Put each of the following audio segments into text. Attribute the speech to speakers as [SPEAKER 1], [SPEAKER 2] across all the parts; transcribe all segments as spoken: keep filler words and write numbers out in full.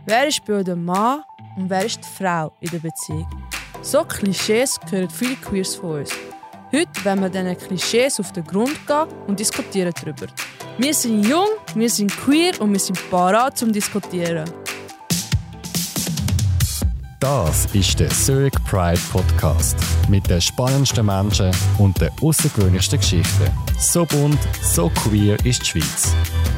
[SPEAKER 1] Wer ist bei euch der Mann und wer ist die Frau in der Beziehung? So Klischees hören viele Queers von uns. Heute wollen wir diesen Klischees auf den Grund gehen und diskutieren darüber. Wir sind jung, wir sind queer und wir sind parat zum Diskutieren.
[SPEAKER 2] Das ist der Zurich Pride Podcast mit den spannendsten Menschen und den außergewöhnlichsten Geschichten. So bunt, so queer ist die Schweiz.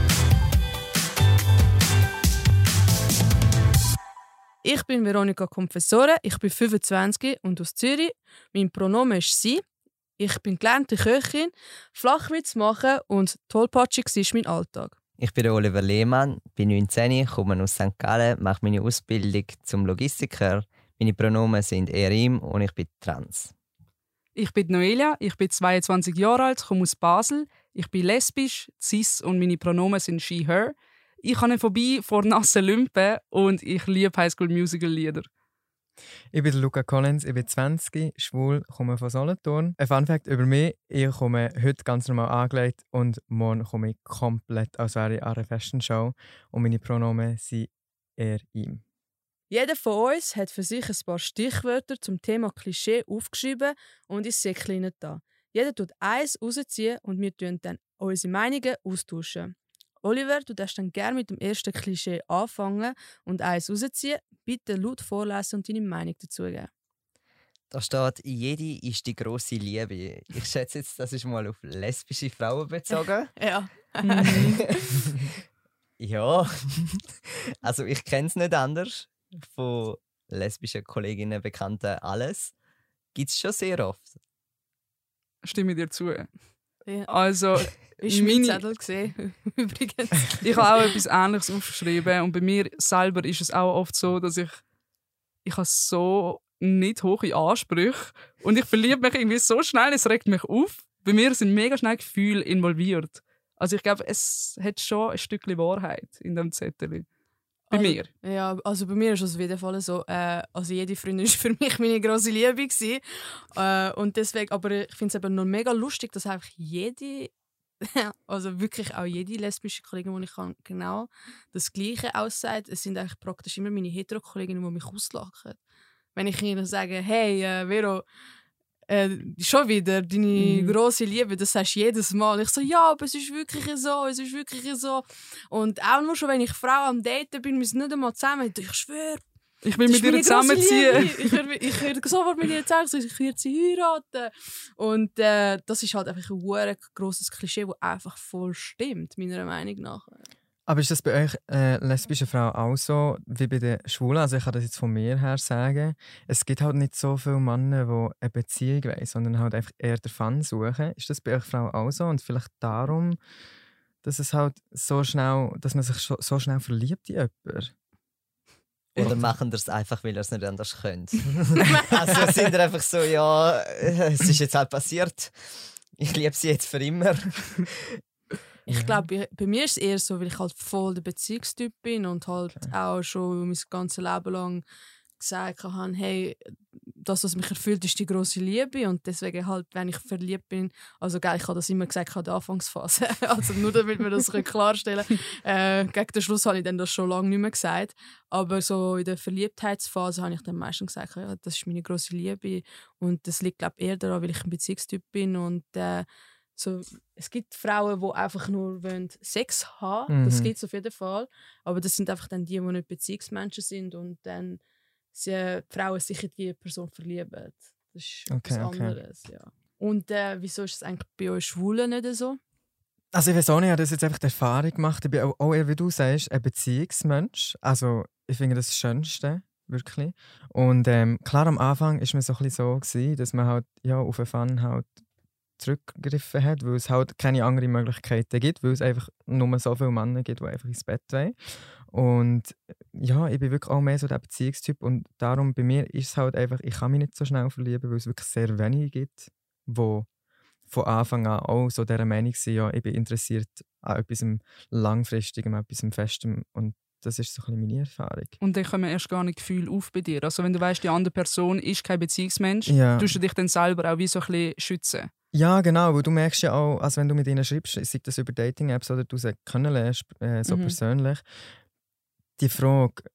[SPEAKER 1] Ich bin Veronika Confessore, ich bin fünfundzwanzig und aus Zürich. Mein Pronomen ist sie. Ich bin gelernte Köchin, Flachwitz machen und tollpatschig ist mein Alltag.
[SPEAKER 3] Ich bin Oliver Lehmann, bin neunzehn, komme aus Sankt Gallen, mache meine Ausbildung zum Logistiker. Meine Pronomen sind er, ihm und ich bin trans.
[SPEAKER 4] Ich bin Noelia, ich bin zweiundzwanzig Jahre alt, komme aus Basel. Ich bin lesbisch, cis und meine Pronomen sind she, her. Ich habe eine Phobie vor nassen Lümpen und ich liebe Highschool-Musical-Lieder.
[SPEAKER 5] Ich bin Luca Collins, ich bin zwanzig, schwul, komme von Solothurn. Ein Funfact über mich: Ich komme heute ganz normal angelegt und morgen komme ich komplett, als wäre ich an einer Fashion-Show. Und meine Pronomen sind er, ihm.
[SPEAKER 1] Jeder von uns hat für sich ein paar Stichwörter zum Thema Klischee aufgeschrieben und ist Säckchen da. Jeder tut eins rausziehen und wir tun dann unsere Meinungen austauschen. Oliver, du darfst dann gerne mit dem ersten Klischee anfangen und eins rausziehen. Bitte laut vorlesen und deine Meinung dazu geben.
[SPEAKER 3] Da steht, jede ist die grosse Liebe. Ich schätze jetzt, das ist mal auf lesbische Frauen bezogen.
[SPEAKER 1] Ja.
[SPEAKER 3] Ja. Also ich kenne es nicht anders. Von lesbischen Kolleginnen, Bekannten, alles. Gibt es schon sehr oft.
[SPEAKER 4] Stimme dir zu.
[SPEAKER 1] Ja.
[SPEAKER 4] Also,
[SPEAKER 1] Ist mein Zettel gesehen, übrigens.
[SPEAKER 4] Ich habe auch etwas Ähnliches aufgeschrieben und bei mir selber ist es auch oft so, dass ich ich habe so nicht hohe Ansprüche und ich verliebe mich irgendwie so schnell, es regt mich auf. Bei mir sind mega schnell Gefühle involviert. Also ich glaube, es hat schon ein Stückchen Wahrheit in dem Zettel. Bei
[SPEAKER 1] also,
[SPEAKER 4] mir.
[SPEAKER 1] Ja, also bei mir ist es auf jeden Fall so. Äh, also jede Freundin war für mich meine grosse Liebe gewesen. Äh, und deswegen, aber ich finde es eben noch mega lustig, dass einfach jede also wirklich auch jede lesbische Kollegin, die ich kann, genau das Gleiche aussagt. Es sind eigentlich praktisch immer meine Hetero-Kolleginnen, die mich auslachen. Wenn ich ihnen sage, hey, äh, Vero, äh, schon wieder deine mm. grosse Liebe, das sagst du jedes Mal. Ich so, ja, aber es ist wirklich so, es ist wirklich so. Und auch nur schon, wenn ich Frau am Daten bin, wir sind nicht einmal zusammen. Ich schwöre,
[SPEAKER 4] ich will mit ihr zusammenziehen.
[SPEAKER 1] Ich würde ich würd sofort mit ihr zusammenziehen, ich würde sie heiraten. Und äh, das ist halt einfach ein grosses Klischee, das einfach voll stimmt, meiner Meinung nach.
[SPEAKER 5] Aber ist das bei euch äh, lesbischen Frauen auch so wie bei den Schwulen? Also ich kann das jetzt von mir her sagen. Es gibt halt nicht so viele Männer, die eine Beziehung wollen, sondern halt einfach eher den Fun suchen. Ist das bei euch Frauen auch so? Und vielleicht darum, dass es halt so schnell, dass man sich so schnell verliebt in jemanden?
[SPEAKER 3] Oder machen das einfach, weil ihr es nicht anders könnt? Also sind ihr einfach so, ja, es ist jetzt halt passiert. Ich liebe sie jetzt für immer.
[SPEAKER 1] Ich glaube, bei, bei mir ist es eher so, weil ich halt voll der Beziehungstyp bin und halt okay. auch schon mein ganzes Leben lang gesagt habe, hey, das, was mich erfüllt, ist die grosse Liebe und deswegen halt, wenn ich verliebt bin, also geil, ich habe das immer gesagt in der Anfangsphase, also nur damit wir das klarstellen können. Äh, gegen den Schluss habe ich dann das schon lange nicht mehr gesagt, aber so in der Verliebtheitsphase habe ich dann meistens gesagt, ja, das ist meine grosse Liebe und das liegt, glaube ich, eher daran, weil ich ein Beziehungstyp bin und äh, so, es gibt Frauen, die einfach nur Sex haben wollen. Das
[SPEAKER 5] Mhm.
[SPEAKER 1] gibt es auf jeden Fall. Aber das sind einfach dann die, die nicht Beziehungsmenschen sind und dann sie, die Frauen sich in die Person verlieben. Das ist
[SPEAKER 5] Okay,
[SPEAKER 1] etwas
[SPEAKER 5] okay.
[SPEAKER 1] anderes. Ja. Und äh, wieso ist es eigentlich bei euch Schwulen nicht so?
[SPEAKER 5] Also ich weiß auch nicht, ich habe das jetzt einfach die Erfahrung gemacht. Ich bin auch, auch eher, wie du sagst, ein Beziehungsmensch. Also ich finde das Schönste, wirklich. Und ähm, klar, am Anfang war es mir so ein bisschen so gewesen, dass man halt ja, auf einen Fun halt zurückgegriffen hat, weil es halt keine anderen Möglichkeiten gibt, weil es einfach nur so viele Männer gibt, die einfach ins Bett wollen. Und ja, ich bin wirklich auch mehr so der Beziehungstyp und darum bei mir ist es halt einfach, ich kann mich nicht so schnell verlieben, weil es wirklich sehr wenige gibt, die von Anfang an auch so dieser Meinung sind, ja, ich bin interessiert an etwas Langfristigem, an etwas Festem und das ist so ein bisschen meine Erfahrung.
[SPEAKER 4] Und dann kommen erst gar nicht Gefühle auf bei dir. Also wenn du weißt, die andere Person ist kein Beziehungsmensch,
[SPEAKER 5] Ja.
[SPEAKER 4] tust du dich dann selber auch wie so ein bisschen schützen.
[SPEAKER 5] Ja, genau, weil du merkst ja auch, also wenn du mit ihnen schreibst, sei das über Dating-Apps oder du sie kennenlernst, äh, so
[SPEAKER 1] Mhm.
[SPEAKER 5] persönlich, die Frage,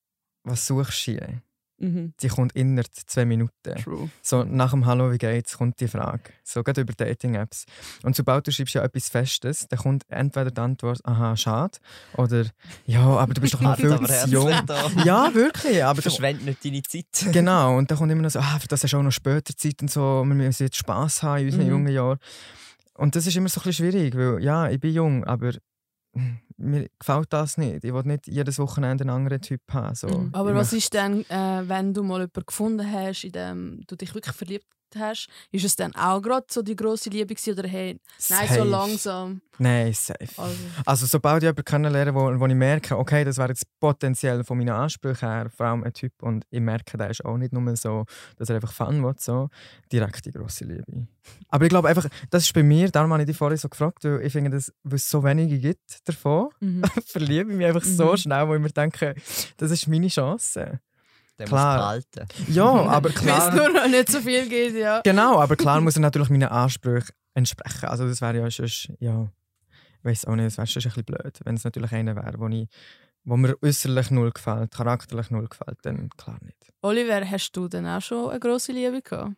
[SPEAKER 5] was suchst du hier?
[SPEAKER 4] Mhm.
[SPEAKER 5] Die kommt innerhalb zwei Minuten.
[SPEAKER 4] True.
[SPEAKER 5] So nach dem «Hallo, wie geht's?» kommt die Frage. So gerade über Dating-Apps. Und sobald du schreibst ja etwas Festes, dann kommt entweder die Antwort «Aha, schade» oder «Ja, aber du bist doch noch viel
[SPEAKER 3] Aber
[SPEAKER 5] zu jung».
[SPEAKER 3] herzlich da.
[SPEAKER 5] Ja, wirklich. Aber dann-
[SPEAKER 3] Verschwende nicht deine Zeit.
[SPEAKER 5] Genau, und dann kommt immer noch so «Ah, für das hast du auch noch später Zeit» und so. Wir müssen jetzt Spass haben in unseren
[SPEAKER 4] Mhm.
[SPEAKER 5] jungen Jahren. Und das ist immer so ein bisschen schwierig, weil ja, ich bin jung, aber mir gefällt das nicht. Ich will nicht jedes Wochenende einen anderen Typ haben. So.
[SPEAKER 4] Mhm.
[SPEAKER 1] Aber
[SPEAKER 5] Ich
[SPEAKER 1] was
[SPEAKER 5] möchte-
[SPEAKER 1] ist denn, äh, wenn du mal jemanden gefunden hast, in dem du dich wirklich verliebt hast, ist es dann auch gerade so die grosse Liebe gewesen, oder hey, nein, so
[SPEAKER 5] Safe.
[SPEAKER 1] langsam?
[SPEAKER 5] Nein, safe.
[SPEAKER 1] Also,
[SPEAKER 5] Also sobald ich jemanden kennenlerne, wo, wo ich merke, okay, das wäre jetzt potenziell von meinen Ansprüchen her vor allem ein Typ und ich merke, der ist auch nicht nur so, dass er einfach Fun will, so direkt die grosse Liebe. Aber ich glaube einfach, das ist bei mir, darum habe ich dich vorhin so gefragt, weil ich finde, dass, weil es so wenige gibt davon,
[SPEAKER 1] mhm.
[SPEAKER 5] verliebe ich mich einfach so
[SPEAKER 4] Mhm.
[SPEAKER 5] schnell, wo ich mir denke, das ist meine Chance.
[SPEAKER 3] Der
[SPEAKER 5] Klar.
[SPEAKER 3] muss behalten.
[SPEAKER 5] Ja, aber
[SPEAKER 1] Wenn es
[SPEAKER 5] klar...
[SPEAKER 1] nur noch nicht so viel geht, ja.
[SPEAKER 5] Genau, aber klar muss er natürlich meinen Ansprüchen entsprechen. Also das wäre ja sonst, ja, ich weiß auch nicht, das wäre sonst ein bisschen blöd, wenn es natürlich einer wäre, wo, ich, wo mir äußerlich null gefällt, charakterlich null gefällt, dann klar nicht.
[SPEAKER 1] Oliver, hast du denn auch schon eine grosse Liebe gehabt?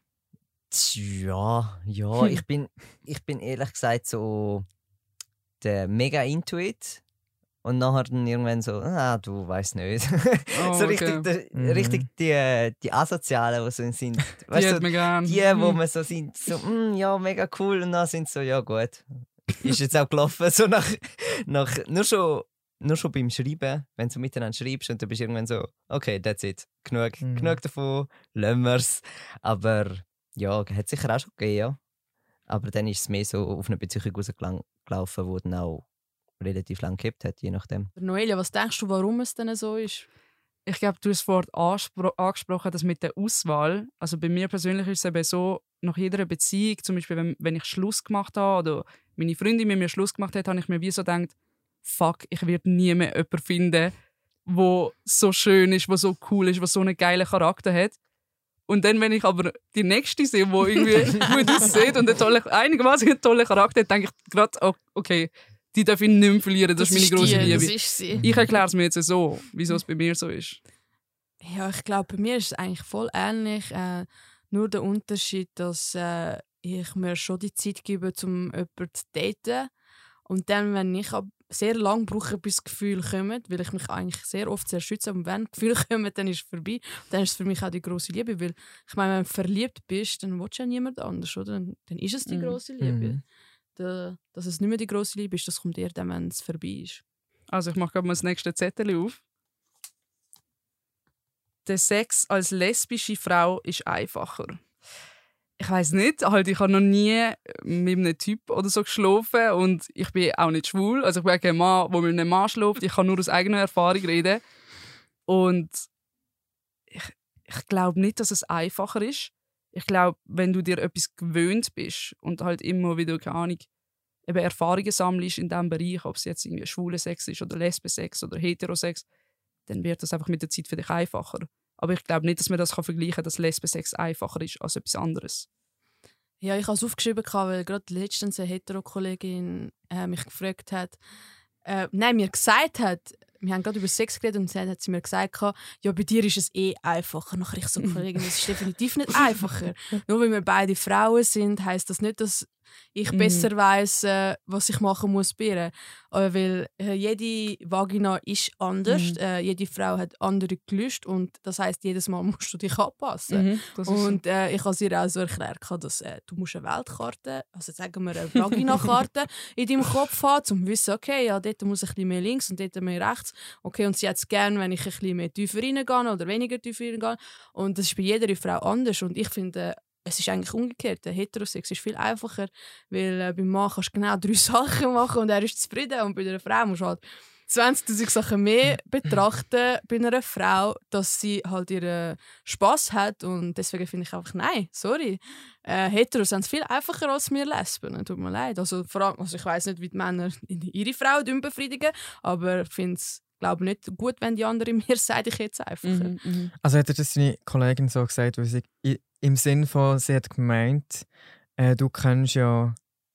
[SPEAKER 3] Ja, ja, ich bin, ich bin ehrlich gesagt so der mega into it. Und nachher dann irgendwann so, ah, du weißt nicht.
[SPEAKER 4] Oh,
[SPEAKER 3] so
[SPEAKER 4] okay.
[SPEAKER 3] richtig, der,
[SPEAKER 5] Mhm.
[SPEAKER 3] richtig die, die Asozialen, die so sind.
[SPEAKER 4] Die
[SPEAKER 3] Weißt
[SPEAKER 4] hat
[SPEAKER 3] du,
[SPEAKER 4] mir gern.
[SPEAKER 3] die, wo man so sind, so, mm, ja, mega cool. Und dann sind so, ja, gut. Ist jetzt auch gelaufen. So nach, nach, nur, schon, nur schon beim Schreiben, wenn du miteinander schreibst und du bist irgendwann so, okay, that's it. Genug,
[SPEAKER 5] Mhm.
[SPEAKER 3] genug davon, lassen wir's. Aber ja, hat sicher auch schon gegeben, ja. Aber dann ist es mehr so auf eine Beziehung rausgelaufen, die dann auch relativ lang gehabt hat, je nachdem.
[SPEAKER 1] Noelia, was denkst du, warum es denn so ist?
[SPEAKER 4] Ich glaube, du hast das Wort anspro- angesprochen, das mit der Auswahl. Also bei mir persönlich ist es eben so, nach jeder Beziehung, zum Beispiel wenn, wenn ich Schluss gemacht habe oder meine Freundin mit mir Schluss gemacht hat, habe ich mir wie so gedacht, fuck, ich werde nie mehr jemanden finden, der so schön ist, der so cool ist, der so einen geilen Charakter hat. Und dann, wenn ich aber die nächste sehe, die irgendwie gut aussieht und einen tollen, einigermaßen einen tollen Charakter hat, denke ich gerade, oh, okay, die darf ich nicht mehr verlieren, das, ist meine grosse
[SPEAKER 1] die,
[SPEAKER 4] Liebe.
[SPEAKER 1] Das ist sie.
[SPEAKER 4] Ich erkläre es mir jetzt so, wieso es bei mir so ist.
[SPEAKER 1] Ja, ich glaube, bei mir ist es eigentlich voll ähnlich. Äh, nur der Unterschied, dass äh, ich mir schon die Zeit gebe, um jemanden zu daten. Und dann, wenn ich ab sehr lange brauche, bis Gefühle kommen, weil ich mich eigentlich sehr oft sehr schütze, und wenn Gefühle kommen, dann ist es vorbei. Und dann ist es für mich auch die grosse Liebe, weil ich meine, wenn du verliebt bist, dann willst du ja niemand anders, oder? Dann, dann ist es die
[SPEAKER 4] Mhm.
[SPEAKER 1] grosse Liebe.
[SPEAKER 5] Mhm.
[SPEAKER 1] Da, dass es nicht mehr die grosse Liebe ist, das kommt eher dann, wenn es vorbei ist.
[SPEAKER 4] Also ich mache gerade mal das nächste Zettel auf. Der Sex als lesbische Frau ist einfacher. Ich weiß nicht, halt, ich habe noch nie mit einem Typ oder so geschlafen und ich bin auch nicht schwul. Also ich bin kein Mann, der mit einem Mann schläft. Ich kann nur aus eigener Erfahrung reden. Und ich, ich glaube nicht, dass es einfacher ist. Ich glaube, wenn du dir etwas gewöhnt bist und halt immer wieder, keine Ahnung, eben Erfahrungen sammelst in diesem Bereich, ob es jetzt irgendwie schwuler Sex ist oder Lesbensex oder Heterosex, dann wird das einfach mit der Zeit für dich einfacher. Aber ich glaube nicht, dass man das vergleichen kann, dass Lesbensex einfacher ist als etwas anderes.
[SPEAKER 1] Ja, ich habe es aufgeschrieben, weil gerade letztens eine Hetero-Kollegin äh, mich gefragt hat, äh, nein, mir gesagt hat, wir haben gerade über Sex geredet und dann hat sie mir gesagt, ja, bei dir ist es eh einfacher. Nachher ich so, Kollegin, es ist definitiv nicht einfacher. Nur weil wir beide Frauen sind, heisst das nicht, dass ich
[SPEAKER 4] Mhm.
[SPEAKER 1] besser weiss, äh, was ich machen muss bei ihr. Äh, weil äh, jede Vagina ist anders,
[SPEAKER 4] Mhm.
[SPEAKER 1] äh, jede Frau hat andere Gelüste und das heisst, jedes Mal musst du dich anpassen.
[SPEAKER 4] Mhm, das ist
[SPEAKER 1] Und äh, ich habe ihr auch so erklärt, dass äh, du musst eine Weltkarte, also sagen wir eine Vagina-Karte in deinem Kopf haben, um zu wissen, okay, ja, dort muss ich ein bisschen mehr links und dort mehr rechts. Okay, und sie hat es gerne, wenn ich ein bisschen mehr tiefer reingehe oder weniger tiefer reingehe. Und das ist bei jeder Frau anders. Und ich finde, es ist eigentlich umgekehrt. Der Heterosex ist viel einfacher, weil äh, beim Mann kannst du genau drei Sachen machen und er ist zufrieden. Und bei einer Frau musst du halt zwanzigtausend Sachen mehr betrachten bei einer Frau, dass sie halt ihren Spass hat. Und deswegen finde ich einfach, nein, sorry. Äh, Heteros sind viel einfacher als wir Lesben. Tut mir leid. Also, vor allem, also ich weiss nicht, wie die Männer ihre Frauen befriedigen, aber ich finde es glaube nicht gut, wenn die andere mir sagt, ich jetzt einfacher.
[SPEAKER 4] Mhm, mhm.
[SPEAKER 5] Also hat er das deine Kollegin so gesagt, weil sie i- im Sinn von, sie hat gemeint, äh, du kannst ja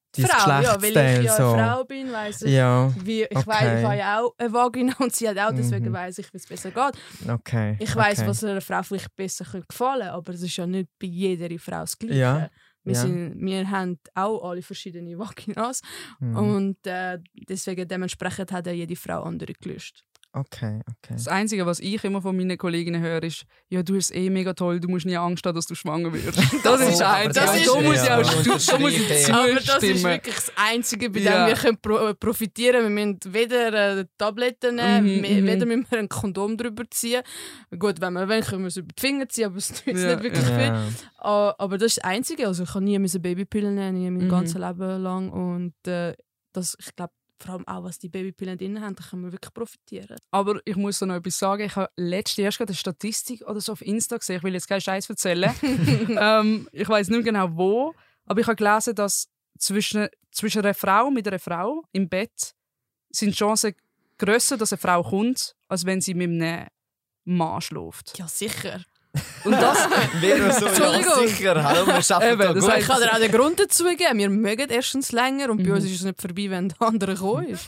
[SPEAKER 5] dein
[SPEAKER 1] Frau, ja, weil
[SPEAKER 5] Geschlechtsteil
[SPEAKER 1] ich ja
[SPEAKER 5] so.
[SPEAKER 1] eine Frau bin, weiss ich,
[SPEAKER 5] Ja,
[SPEAKER 1] wie, ich
[SPEAKER 5] okay.
[SPEAKER 1] weiss, ich habe ja auch eine Vagina und sie hat auch, deswegen
[SPEAKER 5] Mhm.
[SPEAKER 1] weiss ich, wie es besser geht.
[SPEAKER 5] okay.
[SPEAKER 1] Ich weiss,
[SPEAKER 5] okay.
[SPEAKER 1] was einer Frau vielleicht besser gefallen könnte, aber es ist ja nicht bei jeder Frau das Gleiche.
[SPEAKER 5] Ja,
[SPEAKER 1] Wir,
[SPEAKER 5] ja.
[SPEAKER 1] sind, wir haben auch alle verschiedene Vaginas
[SPEAKER 5] Mhm.
[SPEAKER 1] und äh, deswegen dementsprechend hat ja jede Frau andere gelöst.
[SPEAKER 5] Okay, okay.
[SPEAKER 4] Das Einzige, was ich immer von meinen Kolleginnen höre, ist, ja, du bist eh mega toll, du musst nie Angst haben, dass du schwanger wirst. Das ist
[SPEAKER 3] Oh, aber
[SPEAKER 4] eins.
[SPEAKER 3] das
[SPEAKER 4] Das
[SPEAKER 3] ist-
[SPEAKER 4] da muss ich
[SPEAKER 3] ja,
[SPEAKER 4] auch stu- da muss ich
[SPEAKER 3] unterschreiben.
[SPEAKER 1] Aber das ist
[SPEAKER 4] zustimmen.
[SPEAKER 1] wirklich das Einzige, bei
[SPEAKER 4] Ja.
[SPEAKER 1] dem wir können pro profitieren können. Wir müssen weder äh, Tabletten nehmen,
[SPEAKER 4] Mhm,
[SPEAKER 1] me-
[SPEAKER 4] mhm.
[SPEAKER 1] weder müssen wir ein Kondom drüber ziehen. Gut, wenn wir wollen, können wir es über die Finger ziehen, aber es nützt
[SPEAKER 4] Ja,
[SPEAKER 1] nicht wirklich viel.
[SPEAKER 5] Ja.
[SPEAKER 1] Ah, aber das ist das Einzige. Also ich habe nie müssen Babypillen nehmen, nie mein
[SPEAKER 4] Mhm.
[SPEAKER 1] ganzes Leben lang. Und äh, das, ich glaube, vor allem auch, was die Babypillen drin haben, da können wir wirklich profitieren.
[SPEAKER 4] Aber ich muss da noch etwas sagen. Ich habe letztes erst gerade eine Statistik oder so auf Insta gesehen. Ich will jetzt keinen Scheiß erzählen. ähm, ich weiß nicht genau wo, aber ich habe gelesen, dass zwischen, zwischen einer Frau mit einer Frau im Bett sind die Chancen grösser, dass eine Frau kommt, als wenn sie mit einem Mann schläft.
[SPEAKER 1] Ja, sicher.
[SPEAKER 4] Und das,
[SPEAKER 3] Wäre so, ja,
[SPEAKER 1] Entschuldigung.
[SPEAKER 3] sicher. Hallo, wir schaffen
[SPEAKER 4] Eben,
[SPEAKER 3] da
[SPEAKER 4] das
[SPEAKER 3] gut.
[SPEAKER 4] heißt-
[SPEAKER 1] Ich kann dir auch den Grund dazu geben. Wir mögen erstens länger und bei
[SPEAKER 4] Mhm.
[SPEAKER 1] uns ist es nicht vorbei, wenn der andere gekommen ist.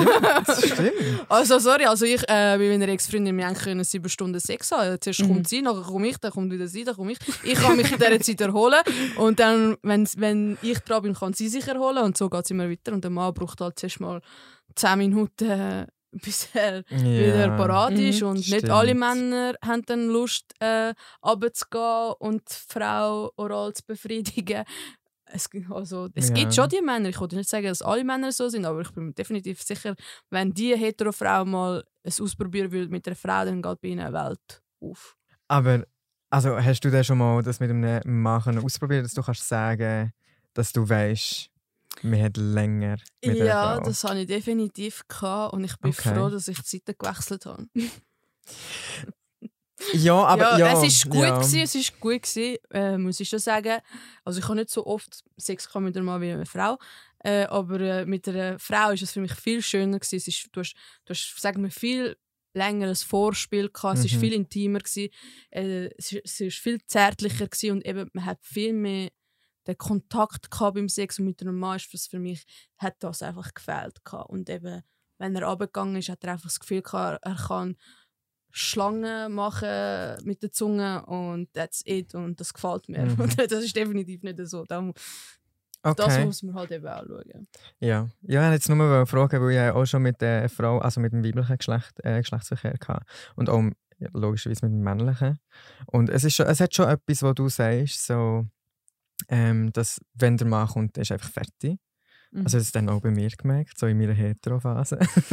[SPEAKER 5] Das stimmt.
[SPEAKER 1] Also sorry, also ich äh, bei meiner Ex-Freundin, wir können sieben Stunden Sex haben. Zuerst
[SPEAKER 4] Mhm.
[SPEAKER 1] kommt sie, nachher komme ich, dann kommt wieder sie, dann komme ich. Ich kann mich in dieser Zeit erholen und dann, wenn, wenn ich dran bin, kann sie sich erholen und so geht es immer weiter. Und der Mann braucht halt zuerst mal zehn Minuten, äh, bis er wieder parat ist.
[SPEAKER 4] Mhm.
[SPEAKER 1] Und
[SPEAKER 5] Stimmt.
[SPEAKER 1] nicht alle Männer haben dann Lust, äh, runterzugehen und die Frau oral zu befriedigen. Es, also, es
[SPEAKER 5] Ja.
[SPEAKER 1] gibt schon die Männer. Ich wollte nicht sagen, dass alle Männer so sind, aber ich bin mir definitiv sicher, wenn die hetero Frau mal es ausprobieren will mit einer Frau, dann geht bei ihnen eine Welt auf.
[SPEAKER 5] Aber also, hast du denn schon mal das mit einem Mann können ausprobieren, dass du kannst sagen, dass du weißt, man hat länger mit einer
[SPEAKER 1] Ja,
[SPEAKER 5] Frau?
[SPEAKER 1] das hatte ich definitiv gehabt und ich bin
[SPEAKER 5] Okay.
[SPEAKER 1] froh, dass ich die Seite gewechselt habe.
[SPEAKER 5] Ja, aber ja,
[SPEAKER 1] ja, es ist gut
[SPEAKER 5] ja.
[SPEAKER 1] gewesen, es ist gut gewesen, äh, muss ich schon sagen. Also ich habe nicht so oft Sex gehabt mit einem Mann wie mit einer Frau, äh, aber äh, mit einer Frau ist es für mich viel schöner gewesen. Es ist, du hast, du hast, sagen wir, viel längeres Vorspiel gehabt. Es ist
[SPEAKER 5] Mhm.
[SPEAKER 1] viel intimer gewesen. Äh, es, ist, es ist viel zärtlicher gewesen und eben man hat viel mehr den Kontakt gehabt beim Sex und mit einem Mann ist das für mich hat das einfach gefehlt gehabt. Und eben wenn er runtergegangen ist, hat er einfach das Gefühl gehabt, er kann Schlangen machen mit der Zunge und that's it und das gefällt mir.
[SPEAKER 5] Mhm.
[SPEAKER 1] Und das ist definitiv nicht so. Da, Das
[SPEAKER 5] Okay.
[SPEAKER 1] muss man halt eben auch schauen.
[SPEAKER 5] Ja, ja, ich wollte jetzt nur mal fragen, weil ich auch schon mit der Frau, also mit dem weiblichen Geschlecht, äh, Geschlechtsverkehr hatte. Und auch ja, logischerweise mit dem männlichen. Und es, ist schon, es hat schon etwas, was du sagst, so, ähm, dass wenn der Mann kommt, dann ist er einfach fertig.
[SPEAKER 1] Mhm.
[SPEAKER 5] Also das ist dann auch bei mir gemerkt, so in meiner Hetero-Phase.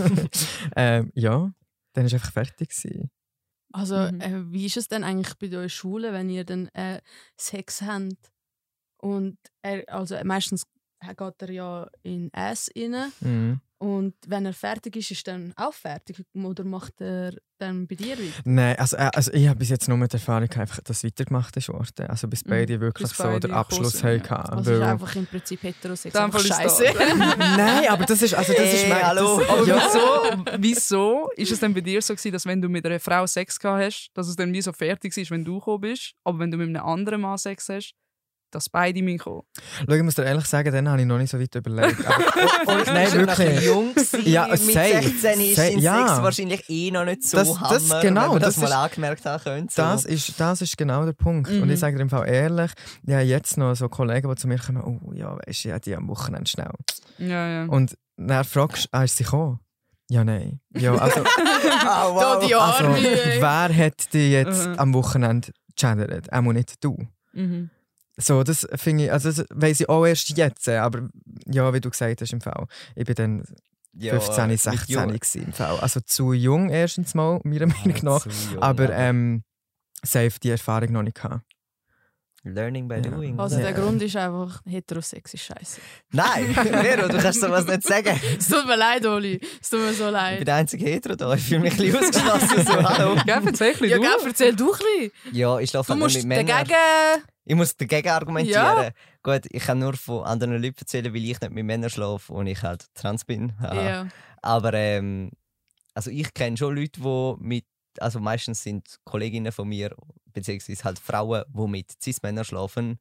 [SPEAKER 5] ähm, ja, dann war einfach fertig gewesen.
[SPEAKER 1] Also,
[SPEAKER 4] Mhm.
[SPEAKER 1] äh, wie ist es denn eigentlich bei eurer Schule, wenn ihr dann äh, Sex habt? Und er, also meistens geht er ja in S rein.
[SPEAKER 5] Mhm.
[SPEAKER 1] Und wenn er fertig ist, ist er dann auch fertig? Oder macht er dann bei dir weiter?
[SPEAKER 5] Nein, also, äh, also ich habe bis jetzt nur mit der Erfahrung einfach, dass weitergemacht ist worden. Also bis
[SPEAKER 1] Mhm.
[SPEAKER 5] beide wirklich
[SPEAKER 4] Bis
[SPEAKER 5] so
[SPEAKER 4] beide
[SPEAKER 5] den Abschluss
[SPEAKER 4] gekommen sind,
[SPEAKER 5] hatten.
[SPEAKER 4] ja.
[SPEAKER 1] Also ist
[SPEAKER 5] weil-
[SPEAKER 1] einfach im Prinzip Heterosex
[SPEAKER 4] Dann
[SPEAKER 1] einfach
[SPEAKER 4] voll ist
[SPEAKER 1] scheiße.
[SPEAKER 4] da.
[SPEAKER 5] Nein, aber das ist, also das ist
[SPEAKER 3] Hey,
[SPEAKER 5] mein-
[SPEAKER 3] hallo.
[SPEAKER 5] Das,
[SPEAKER 4] Aber
[SPEAKER 5] ja.
[SPEAKER 4] wieso, wieso ist es denn bei dir so gewesen, dass wenn du mit einer Frau Sex gehabt hast, dass es dann wie so fertig ist, wenn du gekommen bist, aber wenn du mit einem anderen Mann Sex hast, dass beide müssen kommen?
[SPEAKER 5] Schau, ich muss dir ehrlich sagen, dann habe ich noch nicht so weit überlegt. Aber,
[SPEAKER 3] Und
[SPEAKER 5] nein,
[SPEAKER 3] schon nach
[SPEAKER 5] wirklich.
[SPEAKER 3] jung gewesen,
[SPEAKER 5] Ja,
[SPEAKER 3] mit
[SPEAKER 5] safe,
[SPEAKER 3] sechzehn ist
[SPEAKER 5] safe,
[SPEAKER 3] sein
[SPEAKER 5] ja.
[SPEAKER 3] Sex wahrscheinlich eh noch nicht so
[SPEAKER 5] Das- das-
[SPEAKER 3] Hammer,
[SPEAKER 5] genau,
[SPEAKER 3] wenn man das,
[SPEAKER 5] das
[SPEAKER 3] mal
[SPEAKER 5] ist-
[SPEAKER 3] angemerkt haben könnte. So.
[SPEAKER 5] Das ist, das ist genau der Punkt.
[SPEAKER 4] Mhm.
[SPEAKER 5] Und ich sage dir im Fall ehrlich, ich habe jetzt noch so Kollegen, die zu mir kommen, oh ja, weisst du, ja, die am Wochenende schnell.
[SPEAKER 4] Ja, ja.
[SPEAKER 5] Und dann fragst du, ah, ist sie gekommen? Ja, nein. Ja, also,
[SPEAKER 3] Ah, wow.
[SPEAKER 1] Da die
[SPEAKER 5] also
[SPEAKER 1] Arme. ey.
[SPEAKER 5] wer hat dich jetzt
[SPEAKER 4] Mhm.
[SPEAKER 5] am Wochenende gegendert? Auch nicht du.
[SPEAKER 4] Mhm.
[SPEAKER 5] So, das finde ich, also das weiss ich auch erst jetzt, aber ja, wie du gesagt hast im Fall, ich bin dann
[SPEAKER 3] Ja,
[SPEAKER 5] fünfzehn,
[SPEAKER 3] mit
[SPEAKER 5] sechzehn
[SPEAKER 3] jung-
[SPEAKER 5] gewesen im Fall. Also zu jung erstens mal, meiner Meinung nach,
[SPEAKER 3] Zu jung,
[SPEAKER 5] aber ähm, safe die Erfahrung noch nicht gehabt.
[SPEAKER 3] Learning by
[SPEAKER 5] Ja.
[SPEAKER 3] doing.
[SPEAKER 1] Also
[SPEAKER 5] Ja.
[SPEAKER 1] der Grund ist einfach, Heterosex ist scheiße.
[SPEAKER 3] Nein, Vero, du kannst sowas nicht sagen.
[SPEAKER 1] Es tut mir leid, Oli. Es tut mir so
[SPEAKER 3] Ich bin
[SPEAKER 1] leid.
[SPEAKER 3] der einzige Hetero da. Ich fühle mich ein bisschen ausgeschlossen. So, hallo.
[SPEAKER 4] Ja, tatsächlich.
[SPEAKER 1] Ja,
[SPEAKER 4] du.
[SPEAKER 1] gell, erzähl du ein bisschen.
[SPEAKER 3] Ja, ich schlafe
[SPEAKER 1] Du
[SPEAKER 3] halt nicht
[SPEAKER 1] musst
[SPEAKER 3] mit Männern.
[SPEAKER 1] dagegen...
[SPEAKER 3] Ich muss dagegen argumentieren.
[SPEAKER 1] Ja.
[SPEAKER 3] Gut, ich kann nur von anderen Leuten erzählen, weil ich nicht mit Männern schlafe und ich halt trans bin. Haha.
[SPEAKER 1] Ja.
[SPEAKER 3] Aber ähm, also ich kenne schon Leute, die mit, also meistens sind Kolleginnen von mir, beziehungsweise halt Frauen, die mit Cis-Männern schlafen.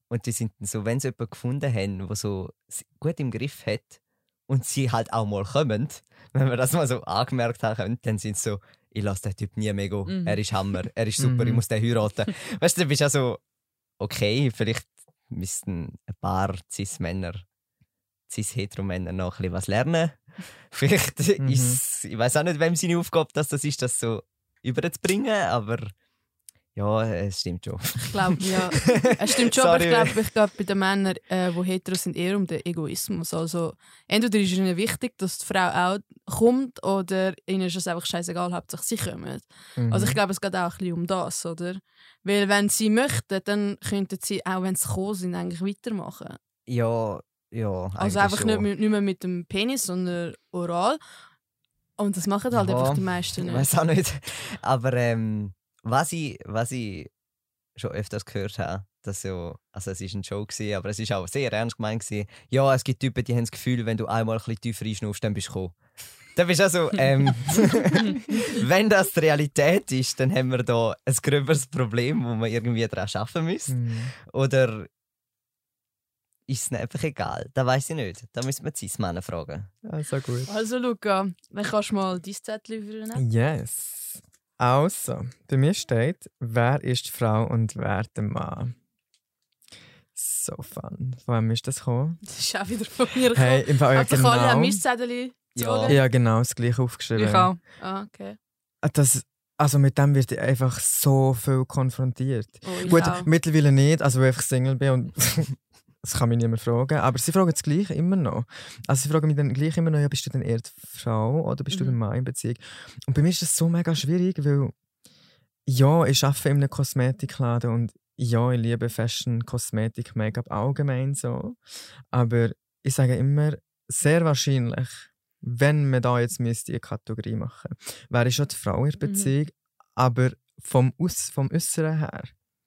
[SPEAKER 3] Und die sind dann so, wenn sie jemanden gefunden haben, der so gut im Griff hat und sie halt auch mal kommen, wenn wir das mal so angemerkt haben, dann sind sie so, ich lasse den Typ nie mehr gehen. Mhm. Er ist Hammer, er ist super, ich muss den heiraten. Weißt du, du bist ja so, okay, vielleicht müssten ein paar Cis-Männer, Cis-Hetero-Männer noch ein bisschen was lernen. Vielleicht mhm. ist ich weiß auch nicht, wem seine Aufgabe das ist, das so überzubringen, aber ja, es stimmt schon.
[SPEAKER 1] Ich glaube, ja. Es stimmt schon, aber ich glaube, ich glaub, bei den Männern, äh, die hetero sind, eher um den Egoismus. Also, entweder ist es ihnen wichtig, dass die Frau auch kommt, oder ihnen ist es einfach scheißegal, hauptsächlich sie kommen. Mhm. Also ich glaube, es geht auch ein bisschen um das, oder? Weil wenn sie möchten, dann könnten sie, auch wenn sie gekommen sind, eigentlich weitermachen.
[SPEAKER 3] Ja, ja.
[SPEAKER 1] Also einfach nicht, nicht mehr mit dem Penis, sondern oral. Und das machen halt ja, einfach die meisten nicht.
[SPEAKER 3] Ich weiß auch nicht. Aber ähm, was, ich, was ich schon öfters gehört habe, dass so, also es war ein Joke, gewesen, aber es war auch sehr ernst gemeint. Gewesen. Ja, es gibt Typen, die haben das Gefühl, wenn du einmal ein bisschen tiefer reinschnaufst, dann bist du gekommen. Dann bist du also, ähm, wenn das die Realität ist, dann haben wir da ein gröberes Problem, wo wir irgendwie daran arbeiten müssen. Mhm. Oder ist es einfach egal? Das weiss ich nicht. Da müssen wir die Cis-Männer fragen.
[SPEAKER 5] Also gut.
[SPEAKER 1] Also Luca, dann kannst du mal dein Zettel übernehmen.
[SPEAKER 5] Yes. Also, bei mir steht, wer ist die Frau und wer der Mann? So fun. Von wem ist das gekommen?
[SPEAKER 1] Das ist auch wieder von mir gekommen.
[SPEAKER 5] Hey, im Fall, ja,
[SPEAKER 1] aber
[SPEAKER 5] genau.
[SPEAKER 1] Alle haben mein Zettel
[SPEAKER 3] ja.
[SPEAKER 5] ja, genau, das gleiche aufgeschrieben.
[SPEAKER 4] Ich auch.
[SPEAKER 1] Ah, okay.
[SPEAKER 5] Das, also mit dem wird ich einfach so viel konfrontiert.
[SPEAKER 1] Oh,
[SPEAKER 5] Gut,
[SPEAKER 1] auch.
[SPEAKER 5] mittlerweile nicht, also weil ich Single bin und das kann mich niemand fragen. Aber sie fragen das Gleiche immer noch. Also sie fragen mich dann gleich immer noch, ja, bist du denn eher die Frau oder bist mhm. du der Mann in Beziehung? Und bei mir ist das so mega schwierig, weil ja, ich arbeite in einem Kosmetikladen und ja, ich liebe Fashion, Kosmetik, Make-up allgemein so. Aber ich sage immer, sehr wahrscheinlich, wenn man da jetzt müsste eine Kategorie machen müsste, wäre schon die Frau in der Beziehung, mhm. aber vom, Aus, vom Äußeren her.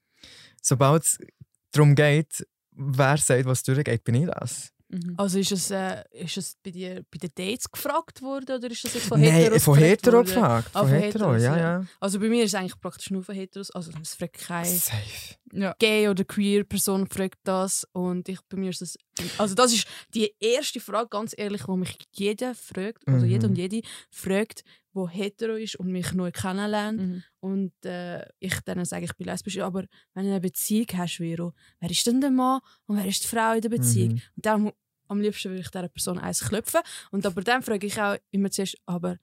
[SPEAKER 5] Sobald es darum geht, wer sagt, was durchgeht, bin ich das.
[SPEAKER 1] Mhm. Also ist es, äh, ist es bei dir bei den Dates gefragt worden oder ist das jetzt von
[SPEAKER 5] Nein,
[SPEAKER 1] Heteros
[SPEAKER 5] von Hetero gefragt.
[SPEAKER 1] Ah,
[SPEAKER 5] von
[SPEAKER 1] von
[SPEAKER 5] Hetero,
[SPEAKER 1] Heteros,
[SPEAKER 5] ja,
[SPEAKER 1] ja.
[SPEAKER 5] ja.
[SPEAKER 1] Also bei mir ist es eigentlich praktisch nur von Heteros. Also es fragt keine
[SPEAKER 5] Safe.
[SPEAKER 4] Ja.
[SPEAKER 1] Gay- oder Queer-Person fragt das. Und ich, bei mir ist das... Also das ist die erste Frage, ganz ehrlich, die mich jeder fragt, also
[SPEAKER 5] Mhm.
[SPEAKER 1] jeder und jede fragt, wo hetero ist und mich neu kennenlernt.
[SPEAKER 4] Mhm.
[SPEAKER 1] Und äh, ich dann sage, ich bin lesbisch. Aber wenn du eine Beziehung hast, Vero, wer ist denn der Mann und wer ist die Frau in der Beziehung?
[SPEAKER 5] Mhm.
[SPEAKER 1] Und darum, am liebsten würde ich dieser Person eins klopfen. Und aber dann frage ich auch immer zuerst, aber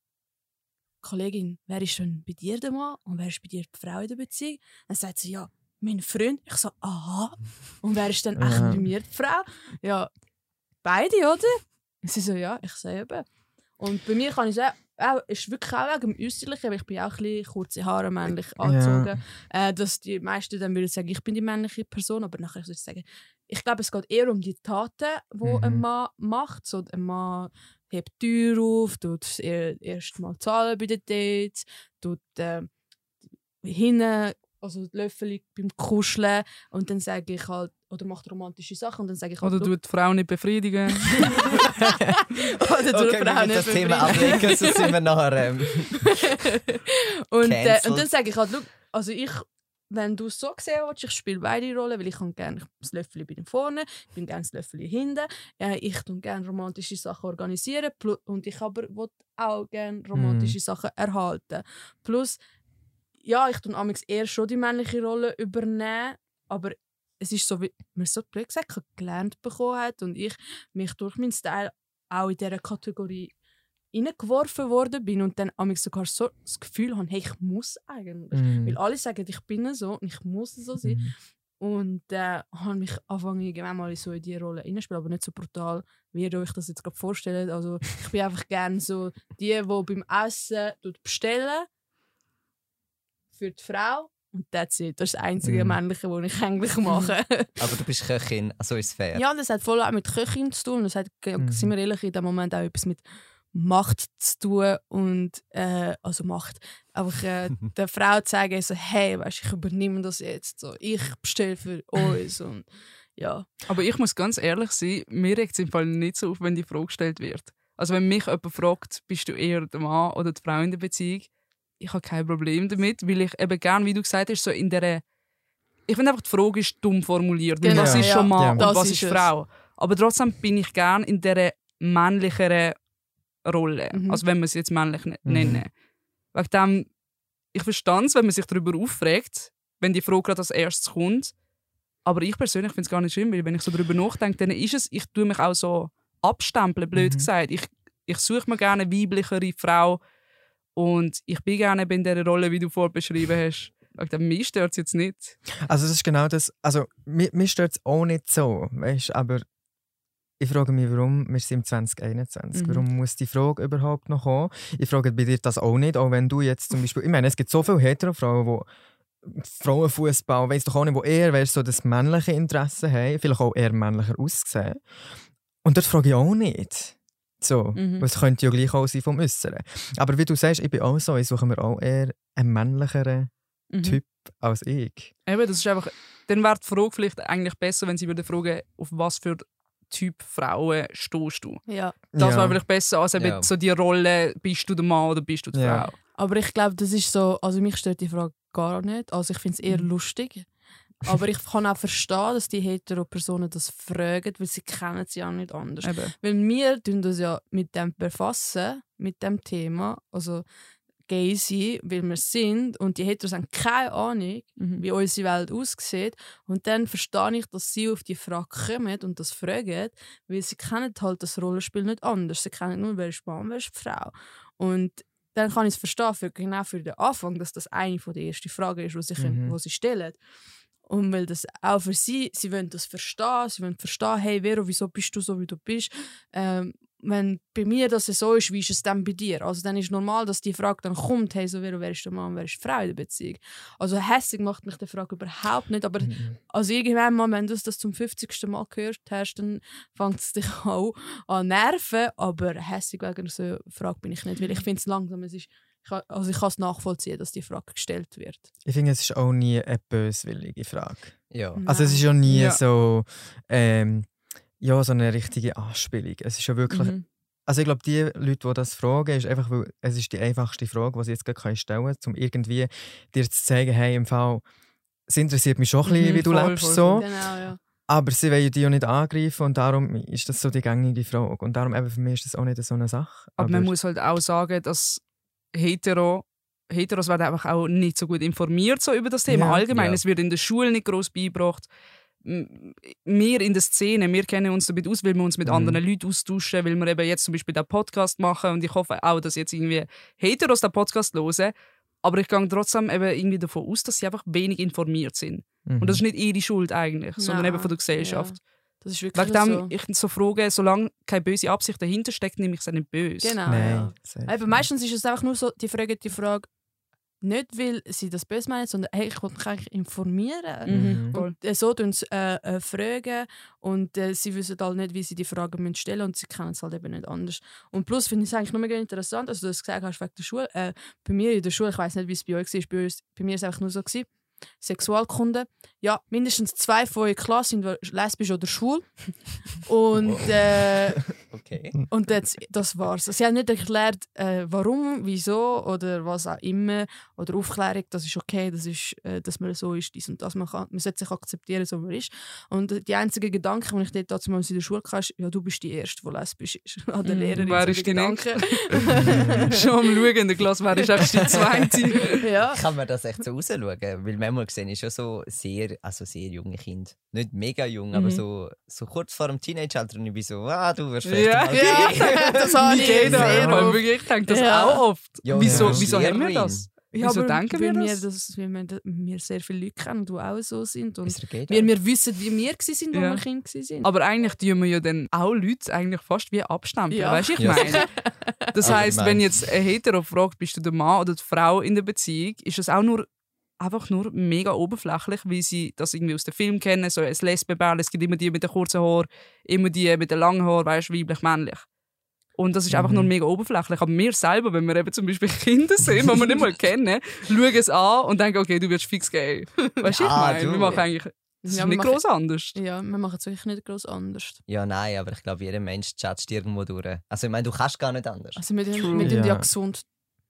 [SPEAKER 1] Kollegin, wer ist denn bei dir der Mann und wer ist bei dir die Frau in der Beziehung? Dann sagt sie, ja, mein Freund. Ich so, aha. Und wer ist dann echt
[SPEAKER 5] Ja.
[SPEAKER 1] bei mir die Frau? Ja, beide, oder? Und sie so, ja, ich sehe eben. Und bei mir kann ich sagen, auch, ist wirklich auch wegen dem Äußerlichen, weil ich bin auch ein bisschen kurze Haare männlich angezogen,
[SPEAKER 5] Ja.
[SPEAKER 1] äh, dass die meisten dann würden sagen, ich bin die männliche Person, aber nachher würde ich sagen, ich glaube, es geht eher um die Taten, die
[SPEAKER 5] Mhm.
[SPEAKER 1] ein Mann macht. So, ein Mann hebt die Tür auf, tut das er- erste Mal zahlen bei den Dates, tut äh, hinten, also die Löffel beim Kuscheln und dann sage ich halt, oder macht romantische Sachen und dann sage ich halt,
[SPEAKER 4] Oder tut die Frau nicht befriedigen.
[SPEAKER 1] oder tut
[SPEAKER 3] Okay,
[SPEAKER 1] die Frau
[SPEAKER 3] wir müssen
[SPEAKER 1] nicht
[SPEAKER 3] das Thema
[SPEAKER 1] befriedigen.
[SPEAKER 3] ablegen, sonst sind wir nachher... Ähm,
[SPEAKER 1] und, äh,
[SPEAKER 3] Cancelled.
[SPEAKER 1] und dann sage ich halt, schau, also ich, wenn du es so sehen willst, ich spiele beide Rollen, weil ich kann gerne das Löffel bin vorne, ich bin gerne das Löffel hinten, äh, ich tue gerne romantische Sachen organisieren plu- und ich aber will auch gerne romantische
[SPEAKER 5] Mhm.
[SPEAKER 1] Sachen erhalten. Plus, ja, ich tue amigs eher schon die männliche Rolle übernehmen, aber es ist so, wie man so blöd gesagt hat, gelernt bekommen hat und ich mich durch meinen Style auch in dieser Kategorie reingeworfen worden bin und dann amigs sogar so das Gefühl habe, hey, ich muss eigentlich.
[SPEAKER 5] Mhm.
[SPEAKER 1] Weil alle sagen, ich bin so und ich muss so sein.
[SPEAKER 5] Mhm.
[SPEAKER 1] Und äh, habe mich angefangen, irgendwann mal so in diese Rolle reinzuspielen, aber nicht so brutal, wie ihr euch das jetzt gerade vorstellt. Also ich bin einfach gerne so die, die beim Essen bestellen für die Frau. Und that's it. Das ist das einzige
[SPEAKER 5] Mhm.
[SPEAKER 1] Männliche, was ich eigentlich mache.
[SPEAKER 3] aber du bist Köchin, also ist fair.
[SPEAKER 1] Ja, das hat voll auch mit Köchin zu tun. Das hat,
[SPEAKER 5] Mhm.
[SPEAKER 1] sind wir ehrlich, in dem Moment auch etwas mit Macht zu tun. Und, äh, also Macht. Einfach äh, der Frau zu sagen, so, hey, weißt, ich übernehme das jetzt. So, ich bestelle für uns. Und, ja.
[SPEAKER 4] Aber ich muss ganz ehrlich sein, mir regt es im Fall nicht so auf, wenn die Frage gestellt wird. Also wenn mich jemand fragt, bist du eher der Mann oder die Frau in der Beziehung, ich habe kein Problem damit, weil ich eben gerne, wie du gesagt hast, so in der ich finde einfach, die Frage ist dumm formuliert. Weil
[SPEAKER 1] Genau,
[SPEAKER 4] was ist
[SPEAKER 1] ja.
[SPEAKER 4] schon Mann
[SPEAKER 5] Ja.
[SPEAKER 4] und
[SPEAKER 1] Das
[SPEAKER 4] was
[SPEAKER 1] ist
[SPEAKER 4] ist
[SPEAKER 1] es.
[SPEAKER 4] Frau? Aber trotzdem bin ich gerne in dieser männlicheren Rolle.
[SPEAKER 1] Mhm.
[SPEAKER 4] Also wenn wir es jetzt männlich ne-
[SPEAKER 5] Mhm.
[SPEAKER 4] nennen. Wegen dem, ich verstehe es, wenn man sich darüber aufregt, wenn die Frage gerade als erstes kommt. Aber ich persönlich finde es gar nicht schlimm, weil wenn ich so darüber nachdenke, dann ist es, ich tue mich auch so abstempeln, blöd
[SPEAKER 5] Mhm.
[SPEAKER 4] gesagt. Ich, ich suche mir gerne eine weiblichere Frau und ich bin gerne in dieser Rolle, wie du vorher beschrieben hast. Wegen dem, mich stört es jetzt nicht.
[SPEAKER 5] Also das ist genau das. Also mir, mir stört es auch nicht so, weißt, aber ich frage mich, warum wir sind im zwanzig einundzwanzig.
[SPEAKER 1] Mhm.
[SPEAKER 5] Warum muss die Frage überhaupt noch kommen? Ich frage bei dir das auch nicht, auch wenn du jetzt zum Beispiel, ich meine, es gibt so viele Hetero-Frauen, die Frauenfußball, weiss doch auch nicht, wo eher weißt, so das männliche Interesse haben, vielleicht auch eher männlicher aussehen. Und dort frage ich auch nicht. So,
[SPEAKER 1] Mhm.
[SPEAKER 5] weil es könnte ja gleich auch sein vom Äußeren. Aber wie du sagst, ich bin auch so, ich suche mir auch eher einen männlicheren
[SPEAKER 1] Mhm.
[SPEAKER 5] Typ als ich.
[SPEAKER 4] Eben, das ist einfach, dann wäre die Frage vielleicht eigentlich besser, wenn sie würde fragen, auf was für Typ Frauen stehst du.
[SPEAKER 1] Ja.
[SPEAKER 4] Das
[SPEAKER 5] Ja.
[SPEAKER 4] wäre vielleicht besser als eben
[SPEAKER 3] Ja.
[SPEAKER 4] so die Rolle, bist du der Mann oder bist du die
[SPEAKER 5] Ja.
[SPEAKER 4] Frau.
[SPEAKER 1] Aber ich glaube, das ist so, also mich stört die Frage gar nicht. Also ich finde es eher lustig. Aber ich kann auch verstehen, dass die hetero-Personen das fragen, weil sie kennen es ja auch nicht anders.
[SPEAKER 4] Eben.
[SPEAKER 1] Weil wir tun das ja mit dem befassen, mit dem Thema, also gay sein, weil wir sind und die Heteros haben keine Ahnung,
[SPEAKER 4] Mhm.
[SPEAKER 1] wie unsere Welt aussieht. Und dann verstehe ich, dass sie auf die Frage kommen und das fragen, weil sie kennen halt das Rollenspiel nicht anders. Sie kennen nur, wer ist Mann, wer ist Frau. Und dann kann ich es verstehen, für, genau für den Anfang, dass das eine von der ersten Fragen ist, die sie, können,
[SPEAKER 5] Mhm.
[SPEAKER 1] die sie stellen. Und weil das auch für sie, sie wollen das verstehen, sie wollen verstehen, hey Vero, wieso bist du so, wie du bist. Ähm, wenn bei mir das so ist, wie ist es dann bei dir? Also dann ist normal, dass die Frage dann kommt, hey, so Vero, wer ist der Mann, wer ist die Frau in der Beziehung? Also hässig macht mich die Frage überhaupt nicht, aber
[SPEAKER 5] Mhm.
[SPEAKER 1] also irgendwann mal, wenn du das zum fünfzigsten Mal gehört hast, dann fängt es dich auch an nerven, aber hässig wegen so einer Frage bin ich nicht, weil ich finde es langsam, es ist, ich, kann- also ich kann es nachvollziehen, dass die Frage gestellt wird.
[SPEAKER 5] Ich finde, es ist auch nie eine böswillige Frage.
[SPEAKER 3] Ja.
[SPEAKER 5] Also es ist ja nie
[SPEAKER 4] Ja.
[SPEAKER 5] so, ähm, ja, so eine richtige Anspielung. Es ist ja wirklich,
[SPEAKER 1] Mhm.
[SPEAKER 5] also ich glaube, die Leute, die das fragen, ist einfach, weil es ist die einfachste Frage, die sie jetzt gerade stellen können, um irgendwie dir zu zeigen, hey, im Fall, es interessiert mich schon ein bisschen,
[SPEAKER 4] Mhm,
[SPEAKER 5] wie du
[SPEAKER 4] voll,
[SPEAKER 5] lebst.
[SPEAKER 4] voll,
[SPEAKER 5] So.
[SPEAKER 1] Genau, ja.
[SPEAKER 5] Aber sie wollen dich ja nicht angreifen und darum ist das so die gängige Frage. Und darum eben für mich ist das auch nicht so eine Sache.
[SPEAKER 4] Aber man muss halt auch sagen, dass Hetero, Heteros werden einfach auch nicht so gut informiert so über das Thema.
[SPEAKER 5] Ja.
[SPEAKER 4] Allgemein,
[SPEAKER 3] Ja.
[SPEAKER 4] es wird in der Schule nicht groß beigebracht. M- Wir in der Szene, wir kennen uns damit aus, weil wir uns mit
[SPEAKER 5] Mhm.
[SPEAKER 4] anderen Leuten austauschen, weil wir eben jetzt zum Beispiel den Podcast machen und ich hoffe auch, dass jetzt irgendwie Heteros den Podcast hören. Aber ich gehe trotzdem eben irgendwie davon aus, dass sie einfach wenig informiert sind.
[SPEAKER 5] Mhm.
[SPEAKER 4] Und das ist nicht ihre Schuld eigentlich, sondern
[SPEAKER 1] Nein,
[SPEAKER 4] eben von der Gesellschaft.
[SPEAKER 1] Ja, das ist wirklich
[SPEAKER 4] Wegen dem,
[SPEAKER 1] so.
[SPEAKER 4] ich so frage, solange keine böse Absicht dahinter steckt, nehme ich es auch nicht böse.
[SPEAKER 1] Genau,
[SPEAKER 5] Nein,
[SPEAKER 1] ja.
[SPEAKER 5] safe.
[SPEAKER 1] Eben, meistens ist es einfach nur so, die fragen die Frage nicht, weil sie das böse meinen, sondern hey, ich wollte mich eigentlich informieren.
[SPEAKER 4] Mhm.
[SPEAKER 5] Mhm.
[SPEAKER 4] Voll.
[SPEAKER 1] Und äh, so tun sie äh, äh, fragen und äh, sie wissen halt nicht, wie sie die Fragen müssen stellen und sie kennen es halt eben nicht anders. Und plus finde ich es eigentlich noch mega interessant, also du hast gesagt hast wegen der Schule, äh, bei mir in der Schule, ich weiß nicht, wie es bei euch war, bei, uns, bei mir war es einfach nur so, gewesen, Sexualkunde, ja, mindestens zwei von eurer Klasse sind lesbisch oder schwul und äh,
[SPEAKER 3] Okay.
[SPEAKER 1] und das, das war's. Sie haben nicht erklärt, äh, warum, wieso oder was auch immer. Oder Aufklärung, das ist okay, das ist, äh, dass man so ist, dies und das. Man, kann, man sollte sich akzeptieren, so wie man ist. Und die einzige Gedanke, den ich dort damals in der Schule hatte, ist, ja, du bist die Erste, die lesbisch ist. An der
[SPEAKER 4] Mhm.
[SPEAKER 1] Lehrerin.
[SPEAKER 4] Wer
[SPEAKER 1] so
[SPEAKER 4] ist die
[SPEAKER 1] Gedanke.
[SPEAKER 4] Schon am Schauen in der Klasse, wer ist einfach die Zweite.
[SPEAKER 1] Ja.
[SPEAKER 3] Kann man das echt so rausschauen? Weil manchmal sehe ich schon so sehr, also sehr junge Kinder. Nicht mega jung, aber
[SPEAKER 4] Mhm.
[SPEAKER 3] so, so kurz vor dem Teenager-Alter und ich bin so, ah, du wirst vielleicht
[SPEAKER 4] Ja.
[SPEAKER 3] mal
[SPEAKER 1] Ja,
[SPEAKER 3] gay.
[SPEAKER 1] das habe
[SPEAKER 4] Wie
[SPEAKER 1] ich
[SPEAKER 4] geht das?
[SPEAKER 1] sehr
[SPEAKER 4] Aber
[SPEAKER 1] oft.
[SPEAKER 4] wirklich, ich denke das
[SPEAKER 1] Ja.
[SPEAKER 4] auch oft.
[SPEAKER 3] Ja,
[SPEAKER 4] wieso
[SPEAKER 3] ja.
[SPEAKER 4] wieso haben wir
[SPEAKER 3] Lehrerin.
[SPEAKER 4] das?
[SPEAKER 1] Ja,
[SPEAKER 4] Wieso
[SPEAKER 1] aber
[SPEAKER 4] denken wir
[SPEAKER 1] weil
[SPEAKER 4] das?
[SPEAKER 1] das weil wir, wir sehr viele Leute kennen, die auch so sind. Und
[SPEAKER 3] Ist er gay?
[SPEAKER 1] wir, wir wissen, wie wir waren,
[SPEAKER 4] Ja.
[SPEAKER 1] als wir Kinder waren.
[SPEAKER 4] Aber eigentlich tun wir ja dann auch Leute eigentlich fast wie abstempeln.
[SPEAKER 1] Ja.
[SPEAKER 4] Weißt du, ich
[SPEAKER 3] Ja.
[SPEAKER 4] meine? Das
[SPEAKER 3] Also,
[SPEAKER 4] heisst,
[SPEAKER 3] ich
[SPEAKER 4] wenn
[SPEAKER 3] meine-
[SPEAKER 4] jetzt ein Hetero fragt, bist du der Mann oder die Frau in der Beziehung, ist das auch nur einfach nur mega oberflächlich, wie sie das irgendwie aus dem Film kennen. So ein Lesbenbärl, es gibt immer die mit den kurzen Haaren, immer die mit den langen Haaren, weißt du, weiblich, männlich. Und das ist einfach
[SPEAKER 5] Mhm.
[SPEAKER 4] nur mega oberflächlich. Aber wir selber, wenn wir eben zum Beispiel Kinder sehen, die wir nicht mal kennen, schauen es an und denken, okay, du wirst fix gay. Weißt du, ich
[SPEAKER 3] Ah,
[SPEAKER 4] meine,
[SPEAKER 3] du.
[SPEAKER 4] wir machen eigentlich das ist
[SPEAKER 1] Ja, wir
[SPEAKER 4] nicht
[SPEAKER 1] machen-
[SPEAKER 4] groß anders.
[SPEAKER 1] Ja, wir machen es wirklich nicht groß anders.
[SPEAKER 3] Ja, nein, aber ich glaube, jeder Mensch judgt irgendwo durch. Also ich meine, du kannst gar nicht anders.
[SPEAKER 1] Also wir,
[SPEAKER 4] True.
[SPEAKER 1] wir tun ja
[SPEAKER 5] Ja.
[SPEAKER 1] gesund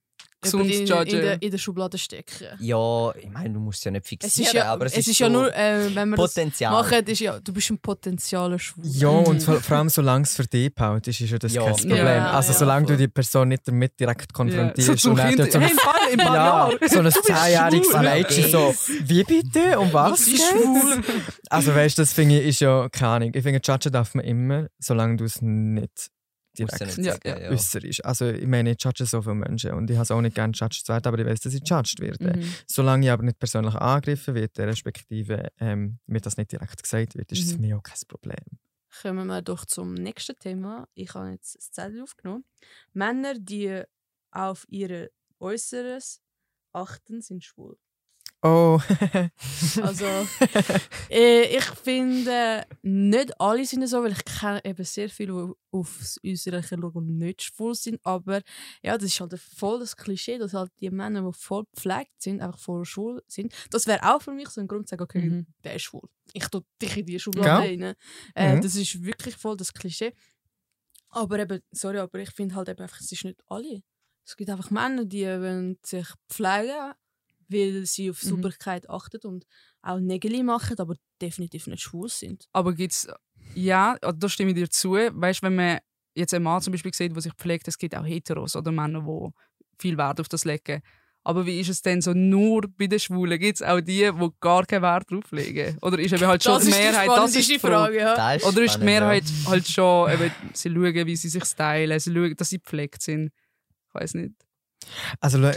[SPEAKER 4] gesund
[SPEAKER 1] in, in,
[SPEAKER 4] judgen.
[SPEAKER 1] der, in der Schublade stecken.
[SPEAKER 3] Ja, ich meine, du musst es ja nicht
[SPEAKER 1] Es
[SPEAKER 3] fixieren,
[SPEAKER 1] ist ja,
[SPEAKER 3] aber es,
[SPEAKER 1] es
[SPEAKER 3] ist,
[SPEAKER 1] ist
[SPEAKER 3] so
[SPEAKER 1] ja nur, äh, wenn wir
[SPEAKER 3] Potenzial.
[SPEAKER 1] das machen, ist ja, du bist ein potenzieller Schwul.
[SPEAKER 5] Ja, und vor, vor allem, solange es für dich behalten ist, ist ja das
[SPEAKER 3] Ja.
[SPEAKER 5] kein Problem.
[SPEAKER 1] Ja,
[SPEAKER 5] also
[SPEAKER 1] ja,
[SPEAKER 5] solange
[SPEAKER 1] voll.
[SPEAKER 5] du die Person nicht damit direkt konfrontierst.
[SPEAKER 4] So zum
[SPEAKER 5] und dann
[SPEAKER 4] Kind,
[SPEAKER 5] tut so ein-
[SPEAKER 4] hey, im Fall, im paar
[SPEAKER 5] ja,
[SPEAKER 4] Jahren.
[SPEAKER 5] so ein zehnjähriges
[SPEAKER 4] schwul.
[SPEAKER 5] Mädchen so, wie bitte, um was
[SPEAKER 1] Was ist
[SPEAKER 5] geht's?
[SPEAKER 1] schwul?
[SPEAKER 5] Also weißt du, das finde ich ist ja keine Ahnung. Ich finde, judgen darf man immer, solange du es nicht
[SPEAKER 3] Musst du
[SPEAKER 5] direkt
[SPEAKER 3] nicht
[SPEAKER 4] Ja,
[SPEAKER 3] sagen,
[SPEAKER 4] ja.
[SPEAKER 3] ja.
[SPEAKER 5] äußerst. Also ich meine, ich judge so viele Menschen und ich habe es auch nicht gerne judged zu werden, aber ich weiß, dass ich judged werde.
[SPEAKER 1] Mhm.
[SPEAKER 5] Solange ich aber nicht persönlich angegriffen werde, respektive ähm, mir das nicht direkt gesagt wird, ist es
[SPEAKER 1] Mhm.
[SPEAKER 5] für mich auch kein Problem.
[SPEAKER 1] Kommen wir doch zum nächsten Thema. Ich habe jetzt das Zettel aufgenommen. Männer, die auf ihr Äußeres achten, sind schwul.
[SPEAKER 5] Oh,
[SPEAKER 1] Also, äh, ich finde, nicht alle sind so, weil ich kenne eben sehr viele, die aufs Äußere schauen und nicht schwul sind. Aber ja, das ist halt voll das Klischee, dass halt die Männer, die voll gepflegt sind, einfach voll schwul sind. Das wäre auch für mich so ein Grund zu sagen, okay,
[SPEAKER 4] Mhm.
[SPEAKER 1] der ist schwul. Ich tue dich in die Schublade rein. Äh,
[SPEAKER 5] Mhm.
[SPEAKER 1] Das ist wirklich voll das Klischee. Aber eben, sorry, aber ich finde halt eben einfach, es ist nicht alle. Es gibt einfach Männer, die wollen sich pflegen, weil sie auf
[SPEAKER 4] Mhm.
[SPEAKER 1] Sauberkeit achten und auch Nägel machen, aber definitiv nicht schwul sind.
[SPEAKER 4] Aber gibt's, ja, da stimme ich dir zu. Weißt, wenn man jetzt einen Mann zum Beispiel sieht, der sich pflegt, es gibt auch Heteros oder Männer, die viel Wert auf das legen. Aber wie ist es denn so nur bei den Schwulen? Gibt es auch die, die gar keinen Wert drauf legen? Oder ist eben halt schon
[SPEAKER 1] Das
[SPEAKER 4] die
[SPEAKER 1] ist die
[SPEAKER 4] Mehrheit? Das ist die
[SPEAKER 1] spannendste
[SPEAKER 4] Frage.
[SPEAKER 1] Frage, ja.
[SPEAKER 3] Das ist
[SPEAKER 4] Oder ist die
[SPEAKER 3] spannend,
[SPEAKER 4] Mehrheit
[SPEAKER 3] ja.
[SPEAKER 4] halt schon, eben, sie schauen, wie sie sich stylen, sie schauen, dass sie gepflegt sind? Ich weiß nicht.
[SPEAKER 5] also schau,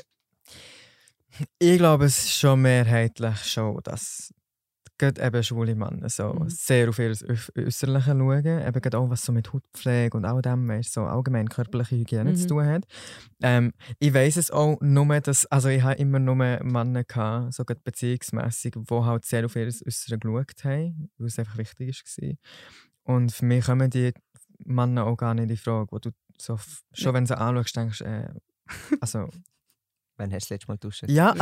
[SPEAKER 5] ich glaube, es ist schon mehrheitlich schon, dass gerade eben schwule Männer so
[SPEAKER 1] Mhm.
[SPEAKER 5] sehr auf ihr Äu- Äußerliche schauen, eben gerade auch was so mit Hautpflege und all dem, weißt, so allgemein körperliche Hygiene
[SPEAKER 1] Mhm.
[SPEAKER 5] zu tun hat. Ähm, ich weiss es auch nur, dass, also ich habe immer nur Männer gehabt, so gerade beziehungsmässig, die halt sehr auf ihr Äußere geschaut haben, weil es einfach wichtig war. Und für mich kommen die Männer auch gar nicht in Frage, wo du so, f- schon wenn du sie anschaust, denkst, äh, also
[SPEAKER 3] Wann hast du das letzte Mal duschen?
[SPEAKER 5] ja,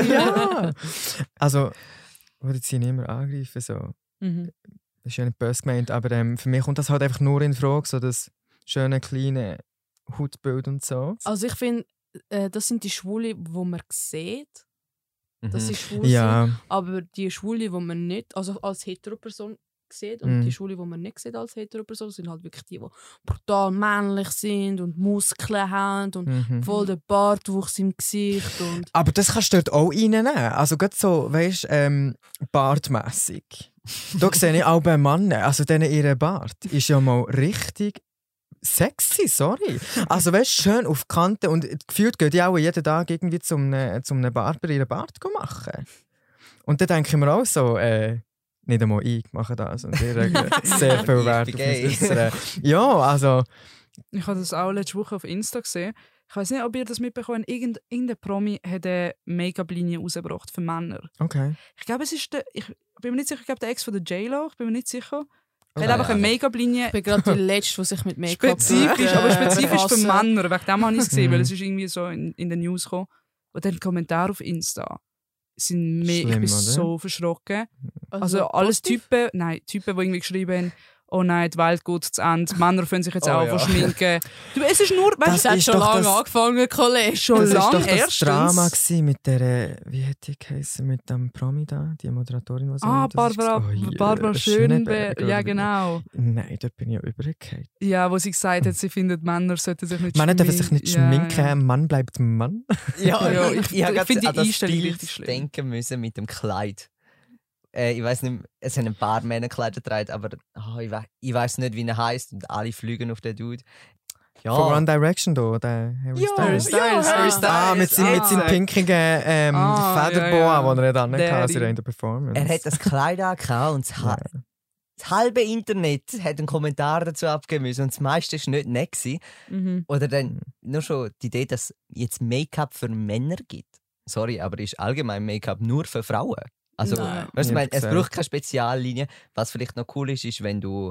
[SPEAKER 5] ja. Also, ich will jetzt hier niemand angreifen, so.
[SPEAKER 1] Mhm.
[SPEAKER 5] Das ist ja nicht böse gemeint, aber ähm, für mich kommt das halt einfach nur in Frage, so das schöne, kleine Hautbild und so.
[SPEAKER 1] Also ich finde, äh, das sind die Schwule, die man sieht, dass
[SPEAKER 3] Mhm.
[SPEAKER 1] sie schwul sind.
[SPEAKER 5] Ja,
[SPEAKER 1] Aber die Schwule, die man nicht, also als Heteroperson sieht und
[SPEAKER 5] Mhm.
[SPEAKER 1] die Schwule, die man nicht sieht als Heteroperson, sind halt wirklich die, die brutal männlich sind und Muskeln haben und
[SPEAKER 5] mhm.
[SPEAKER 1] voll der Bartwuchs im Gesicht und
[SPEAKER 5] Aber das kannst du dort auch reinnehmen. Also gerade so, weißt du, ähm, bartmässig. Da sehe ich auch bei Männern, also denen ihr Bart ist ja mal richtig sexy, sorry. Also weißt du, schön auf die Kante und gefühlt geht ja auch jeden Tag irgendwie zum, ne, zum ne Barber ihren Bart machen. Und dann denke ich mir auch so, äh, nicht einmal ich mache das und ich lege sehr viel
[SPEAKER 3] Ich
[SPEAKER 5] Wert
[SPEAKER 3] bin
[SPEAKER 5] auf
[SPEAKER 3] gay.
[SPEAKER 5] mein Äußere. Ja, also,
[SPEAKER 4] Ich habe das auch letzte Woche auf Insta gesehen. Ich weiß nicht, ob ihr das mitbekommen habt. Irgend, irgendein Promi hat eine Make-up-Linie rausgebracht für Männer.
[SPEAKER 5] okay.
[SPEAKER 4] Ich glaube, es ist der, ich bin mir nicht sicher, ich glaube, der Ex von der J-Lo, ich bin mir nicht sicher. Er
[SPEAKER 5] Oh,
[SPEAKER 4] hat einfach
[SPEAKER 3] ja.
[SPEAKER 4] eine Make-up-Linie
[SPEAKER 1] ich bin gerade die Letzte, die sich mit Make-up
[SPEAKER 4] spezifisch, aber
[SPEAKER 1] äh,
[SPEAKER 4] spezifisch für
[SPEAKER 1] befassen.
[SPEAKER 4] Männer. Wegen dem habe ich es gesehen,
[SPEAKER 5] Mhm.
[SPEAKER 4] weil es ist irgendwie so in, in den News gekommen. Und dann die Kommentare auf Insta sind me- ich
[SPEAKER 5] Schlimm,
[SPEAKER 4] bin
[SPEAKER 5] oder?
[SPEAKER 4] so verschrocken. Also alles
[SPEAKER 1] positiv?
[SPEAKER 4] Typen, nein, Typen, die irgendwie geschrieben haben, oh nein, die Welt geht zu Ende, die Männer können sich jetzt
[SPEAKER 3] Oh
[SPEAKER 4] auch
[SPEAKER 3] ja.
[SPEAKER 4] verschminken. Du, es ist nur, weißt
[SPEAKER 5] Das
[SPEAKER 1] Das hat
[SPEAKER 5] ist
[SPEAKER 1] schon
[SPEAKER 5] doch
[SPEAKER 1] lange
[SPEAKER 5] das-
[SPEAKER 1] angefangen, Kollege.
[SPEAKER 4] schon
[SPEAKER 5] Das war
[SPEAKER 4] lange
[SPEAKER 5] doch das
[SPEAKER 4] erstens.
[SPEAKER 5] Drama gewesen mit der, wie hat die geheißen, mit dem Promi da, die Moderatorin, die so
[SPEAKER 4] Ah,
[SPEAKER 5] das ist-
[SPEAKER 4] Barbara,
[SPEAKER 5] Oh, ja,
[SPEAKER 4] Barbara Schönberg, ja
[SPEAKER 5] oder wie-
[SPEAKER 4] genau.
[SPEAKER 5] Nein, dort bin ich ja übergefallen.
[SPEAKER 4] Ja, wo sie gesagt hat, sie findet, Männer sollten sich nicht
[SPEAKER 5] Man darf sich nicht
[SPEAKER 4] Ja,
[SPEAKER 5] schminken,
[SPEAKER 4] ja.
[SPEAKER 5] ein Mann bleibt ein Mann.
[SPEAKER 3] Ja,
[SPEAKER 4] Ja,
[SPEAKER 3] ich,
[SPEAKER 4] ich-
[SPEAKER 3] ich, habe
[SPEAKER 4] ich
[SPEAKER 3] gerade
[SPEAKER 4] finde die
[SPEAKER 3] an das
[SPEAKER 4] Einstellung
[SPEAKER 3] Bild
[SPEAKER 4] richtig schlimm.
[SPEAKER 3] denken müssen mit dem Kleid. Äh, ich weiß nicht, es haben ein paar Männer Kleider getragen, aber oh, ich, we ich weiß nicht, wie er heißt und alle fliegen auf den Dude. Ja,
[SPEAKER 5] Von One Direction da, der Harry
[SPEAKER 3] Ja,
[SPEAKER 5] Styles.
[SPEAKER 3] ja, Harry Styles.
[SPEAKER 5] Ah, mit, seinem- mit seinem
[SPEAKER 3] Ah.
[SPEAKER 5] pinkigen ähm,
[SPEAKER 4] Ah,
[SPEAKER 5] Federboa,
[SPEAKER 4] ja, ja.
[SPEAKER 5] den er dann
[SPEAKER 4] Der-
[SPEAKER 5] hatte in der Performance.
[SPEAKER 3] er hat das Kleid angehabt und das, ha
[SPEAKER 5] Ja.
[SPEAKER 3] das halbe Internet hat einen Kommentar dazu abgeben müssen und das meiste war nicht nett gewesen.
[SPEAKER 4] Mhm.
[SPEAKER 3] Oder dann nur schon die Idee, dass es jetzt Make-up für Männer gibt. Sorry, aber ist allgemein Make-up nur für Frauen? Also,
[SPEAKER 1] Nein.
[SPEAKER 3] weißt du, ich meine, es
[SPEAKER 5] Ja,
[SPEAKER 3] braucht keine Speziallinie. Was vielleicht noch cool ist, ist, wenn du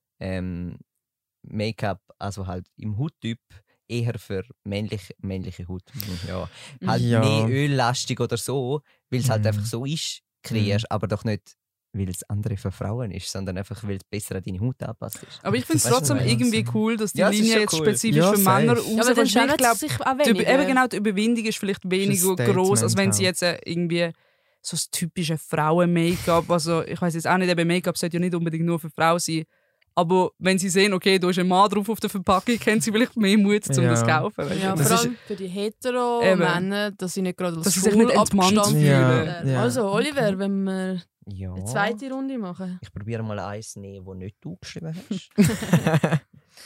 [SPEAKER 3] ähm, Make-up, also halt im Hauttyp, eher für männlich, männliche Haut, ja, halt
[SPEAKER 5] Ja.
[SPEAKER 3] mehr öllastig oder so, weil es halt
[SPEAKER 5] Mhm.
[SPEAKER 3] einfach so ist, kreierst, aber doch nicht weil es andere für Frauen ist, sondern einfach, weil es besser an deine Haut angepasst ist.
[SPEAKER 4] Aber ich finde es
[SPEAKER 3] Weißt du,
[SPEAKER 4] trotzdem
[SPEAKER 3] was ich
[SPEAKER 4] irgendwie
[SPEAKER 3] meine?
[SPEAKER 4] cool, dass die
[SPEAKER 3] Ja, es ist
[SPEAKER 4] Linie
[SPEAKER 3] schon
[SPEAKER 4] jetzt
[SPEAKER 3] cool.
[SPEAKER 4] spezifisch
[SPEAKER 5] Ja,
[SPEAKER 4] für
[SPEAKER 5] safe.
[SPEAKER 4] Männer
[SPEAKER 5] Ja,
[SPEAKER 1] Ja, aber
[SPEAKER 4] rauskommt.
[SPEAKER 1] dann
[SPEAKER 4] Ich
[SPEAKER 1] schämen
[SPEAKER 4] glaube,
[SPEAKER 1] sie sich auch
[SPEAKER 4] die,
[SPEAKER 1] weniger.
[SPEAKER 4] eben genau, die Überwindung ist vielleicht weniger
[SPEAKER 5] Statement
[SPEAKER 4] groß, als wenn sie
[SPEAKER 5] auch.
[SPEAKER 4] jetzt äh, irgendwie so das typische Frauen-Make-up, also ich weiß jetzt auch nicht, eben Make-up sollte ja nicht unbedingt nur für Frauen sein, aber wenn sie sehen, okay, da ist ein Mann drauf auf der Verpackung, haben sie vielleicht mehr Mut, um
[SPEAKER 5] Ja.
[SPEAKER 4] das zu kaufen. weißt du?
[SPEAKER 1] Ja,
[SPEAKER 5] Das
[SPEAKER 1] vor
[SPEAKER 5] ist-
[SPEAKER 1] allem für die hetero
[SPEAKER 4] Eben.
[SPEAKER 1] Männer, dass sie nicht gerade als
[SPEAKER 4] Dass sie sich
[SPEAKER 1] schwul
[SPEAKER 4] nicht entmannt
[SPEAKER 1] abgestanden
[SPEAKER 5] fühlen.
[SPEAKER 1] werden.
[SPEAKER 5] Ja.
[SPEAKER 1] Also Oliver, wenn wir
[SPEAKER 3] Ja.
[SPEAKER 1] eine zweite Runde machen.
[SPEAKER 3] Ich probiere mal eins zu nehmen, das nicht du geschrieben hast.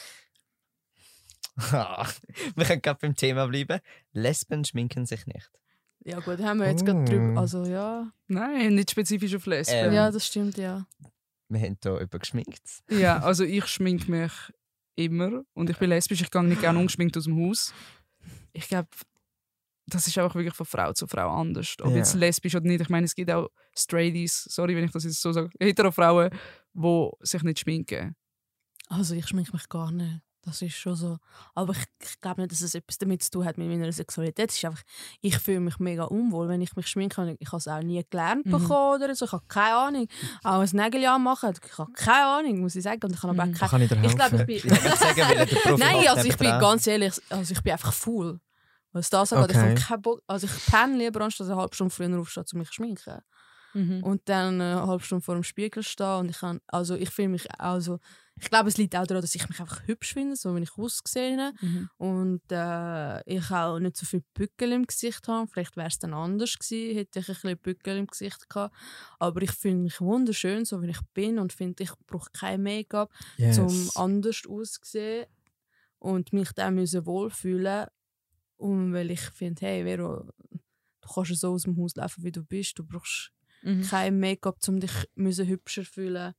[SPEAKER 3] Ah, wir können gerade beim Thema bleiben. Lesben schminken sich nicht.
[SPEAKER 1] Ja gut, haben wir jetzt
[SPEAKER 5] Oh.
[SPEAKER 1] gerade drüber. Also ja.
[SPEAKER 4] Nein, nicht spezifisch auf Lesben.
[SPEAKER 3] Ähm.
[SPEAKER 1] Ja, das stimmt, ja.
[SPEAKER 3] Wir haben hier über geschminkt.
[SPEAKER 4] Ja, also ich schminke mich immer und ich bin lesbisch, ich gehe nicht gerne ungeschminkt aus dem Haus. Ich glaube, das ist einfach wirklich von Frau zu Frau anders. Ob
[SPEAKER 5] Ja.
[SPEAKER 4] jetzt lesbisch oder nicht. Ich meine, es gibt auch Straighties, sorry, wenn ich das jetzt so sage, hetero Frauen, die sich nicht schminken.
[SPEAKER 1] Also ich schminke mich gar nicht. Das ist schon so. Aber ich, ich glaube nicht, dass es etwas damit zu tun hat mit meiner Sexualität. Es ist einfach, ich fühle mich mega unwohl, wenn ich mich schminke. Ich habe es auch nie gelernt
[SPEAKER 4] Mhm.
[SPEAKER 1] bekommen oder so. Ich habe keine Ahnung. Auch ein Nägel anmachen, ich habe keine Ahnung, muss ich sagen. Und ich habe aber
[SPEAKER 4] Mhm.
[SPEAKER 1] auch
[SPEAKER 5] Da
[SPEAKER 1] keine...
[SPEAKER 5] kann ich dir
[SPEAKER 1] Ich glaube,
[SPEAKER 5] helfen.
[SPEAKER 1] ich bin...
[SPEAKER 3] Ich würde sagen, weil der Profi
[SPEAKER 1] Nein,
[SPEAKER 3] macht
[SPEAKER 1] also ich bin
[SPEAKER 3] nebendran.
[SPEAKER 1] ganz ehrlich, also ich bin einfach faul. Was das angeht,
[SPEAKER 5] Okay.
[SPEAKER 1] ich habe keinen Bock. Also ich penne lieber, anstatt eine halbe Stunde früher aufstehen, um mich zu schminken.
[SPEAKER 4] Mhm.
[SPEAKER 1] Und dann eine halbe Stunde vor dem Spiegel stehen und ich kann, also ich fühle mich also ich glaube, es liegt auch daran, dass ich mich einfach hübsch finde, so wie ich ausgesehen
[SPEAKER 4] Mhm.
[SPEAKER 1] und äh, ich auch nicht so viel Pückel im Gesicht habe. Vielleicht wäre es dann anders gewesen, hätte ich ein bisschen Pückel im Gesicht gehabt. Aber ich fühle mich wunderschön, so wie ich bin und finde, ich brauche kein Make-up,
[SPEAKER 5] Yes.
[SPEAKER 1] um anders auszusehen und mich dann müssen wohlfühlen. Und weil ich finde, hey, Vero, du kannst so aus dem Haus laufen, wie du bist. Du brauchst
[SPEAKER 4] Mhm.
[SPEAKER 1] kein Make-up, um dich müssen hübscher zu fühlen.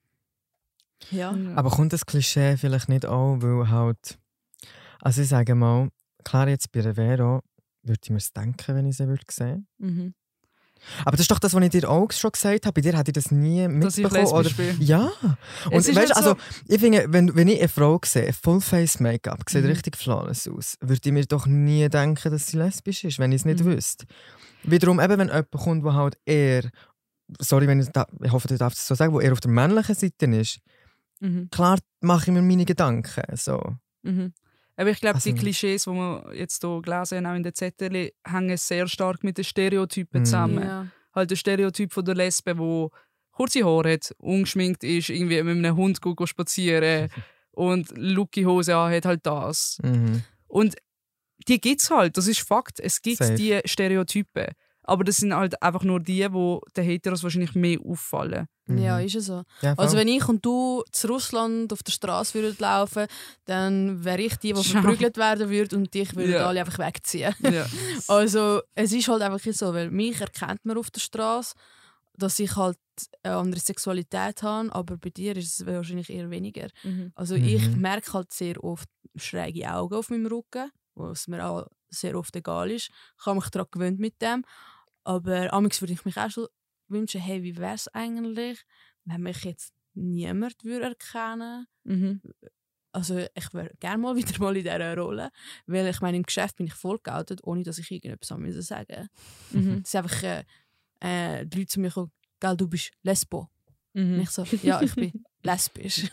[SPEAKER 1] Ja.
[SPEAKER 4] Ja.
[SPEAKER 5] Aber kommt das Klischee vielleicht nicht auch, weil halt... Also ich sage mal, klar jetzt bei der Vero würde ich mir es denken, wenn ich sie würde sehen.
[SPEAKER 4] Mhm.
[SPEAKER 5] Aber das ist doch das, was ich dir auch schon gesagt habe. Bei dir hätte ich das nie
[SPEAKER 4] Dass ich
[SPEAKER 5] mitbekommen. Oder,
[SPEAKER 4] lesbisch bin.
[SPEAKER 5] ja. Und
[SPEAKER 4] Es ist
[SPEAKER 5] weißt,
[SPEAKER 4] halt
[SPEAKER 5] also,
[SPEAKER 4] so-
[SPEAKER 5] ich finde, wenn, wenn ich eine Frau sehe, Full-Face-Make-up, sieht
[SPEAKER 4] Mhm.
[SPEAKER 5] richtig flawless aus, würde ich mir doch nie denken, dass sie lesbisch ist, wenn ich es nicht
[SPEAKER 4] Mhm.
[SPEAKER 5] wüsste. Wiederum, eben, wenn jemand kommt, der halt eher, sorry, wenn ich, da, ich hoffe, du darfst es so sagen, der eher auf der männlichen Seite ist,
[SPEAKER 4] Mhm.
[SPEAKER 5] klar mache ich mir meine Gedanken. So.
[SPEAKER 4] Mhm. Aber ich glaube, die
[SPEAKER 5] Also-
[SPEAKER 4] Klischees, die wir jetzt hier gelesen haben, auch in den Zetteln, hängen sehr stark mit den Stereotypen
[SPEAKER 5] Mhm.
[SPEAKER 4] zusammen.
[SPEAKER 1] Ja.
[SPEAKER 4] Halt der Stereotyp von der Lesbe, die kurze Haare hat, ungeschminkt ist, irgendwie mit einem Hund go- go spazieren und lucky Hose anhat, halt das.
[SPEAKER 5] Mhm.
[SPEAKER 4] Und die gibt es halt, das ist Fakt. Es gibt
[SPEAKER 5] Safe.
[SPEAKER 4] die Stereotypen. Aber das sind halt einfach nur die, die den Heteros wahrscheinlich mehr auffallen.
[SPEAKER 1] Ja,
[SPEAKER 5] Mhm.
[SPEAKER 1] ist es so.
[SPEAKER 5] Ja,
[SPEAKER 1] Also
[SPEAKER 5] voll.
[SPEAKER 1] wenn ich und du zu Russland auf der Straße würden laufen, dann wäre ich die, die
[SPEAKER 4] Schau.
[SPEAKER 1] verprügelt werden würde und dich würden
[SPEAKER 4] Ja.
[SPEAKER 1] alle einfach wegziehen.
[SPEAKER 4] Ja.
[SPEAKER 1] Also es ist halt einfach so, weil mich erkennt man auf der Straße, dass ich halt eine andere Sexualität habe, aber bei dir ist es wahrscheinlich eher weniger.
[SPEAKER 4] Mhm.
[SPEAKER 1] Also
[SPEAKER 5] Mhm.
[SPEAKER 1] ich merke halt sehr oft schräge Augen auf meinem Rücken, was mir auch sehr oft egal ist. Ich habe mich daran gewöhnt mit dem. Aber amigs würde ich mich auch schon wünschen, hey, wie wäre es eigentlich, wenn mich jetzt niemand würde erkennen
[SPEAKER 4] Mhm.
[SPEAKER 1] Also ich wäre gerne mal wieder mal in dieser Rolle. Weil ich meine, im Geschäft bin ich voll geoutet, ohne dass ich irgendetwas sagen musste.
[SPEAKER 4] Mhm.
[SPEAKER 1] Es ist einfach, äh, äh, die Leute zu mir kommen, «Gell, du bist Lesbo.» Und
[SPEAKER 4] Mhm.
[SPEAKER 1] ich so, ja, ich bin lesbisch.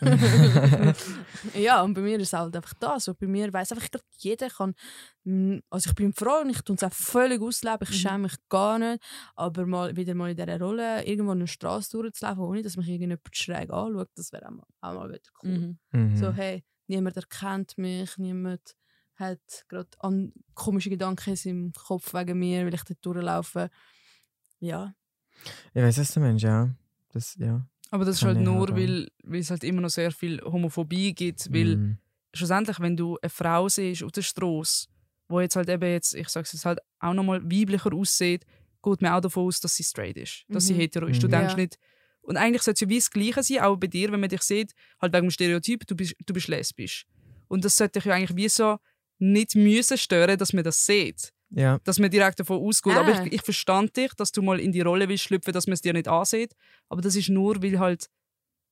[SPEAKER 1] Ja, und bei mir ist es halt einfach das. So, bei mir weiss einfach grad jeder kann. mm, Also ich bin froh und ich tue es auch völlig ausleben. Ich
[SPEAKER 4] Mhm.
[SPEAKER 1] schäme mich gar nicht. Aber mal, wieder mal in dieser Rolle irgendwo eine Straße durchzulaufen, ohne dass mich irgendjemand schräg anschaut, das wäre auch mal, auch mal wieder cool.
[SPEAKER 4] Mhm.
[SPEAKER 5] Mhm.
[SPEAKER 1] So, hey, niemand erkennt mich, niemand hat gerade an komische Gedanken in seinem Kopf wegen mir, weil ich dort durchlaufe. Ja.
[SPEAKER 5] Ich weiss, was du meinst, ja. Das, ja.
[SPEAKER 4] Aber das ist
[SPEAKER 5] Kann
[SPEAKER 4] halt
[SPEAKER 5] ich
[SPEAKER 4] nur,
[SPEAKER 5] halt auch.
[SPEAKER 4] weil, weil es halt immer noch sehr viel Homophobie gibt. Weil
[SPEAKER 5] Mhm.
[SPEAKER 4] schlussendlich, wenn du eine Frau siehst auf der Straße, wo jetzt halt eben jetzt, ich sag's jetzt halt auch nochmal weiblicher aussieht, geht man auch davon aus, dass sie straight ist, dass sie
[SPEAKER 1] Mhm.
[SPEAKER 4] hetero ist. Du
[SPEAKER 5] Mhm.
[SPEAKER 4] denkst
[SPEAKER 1] Ja.
[SPEAKER 4] nicht, und eigentlich sollte es ja wie das Gleiche sein, auch bei dir, wenn man dich sieht, halt wegen dem Stereotyp, du bist, du bist lesbisch. Und das sollte dich ja eigentlich wie so nicht müssen stören, dass man das sieht.
[SPEAKER 5] Ja.
[SPEAKER 4] Dass man direkt davon ausgeht.
[SPEAKER 1] Ah.
[SPEAKER 4] Aber ich, ich verstand dich, dass du mal in die Rolle willst schlüpfen, dass man es dir nicht ansieht. Aber das ist nur, weil halt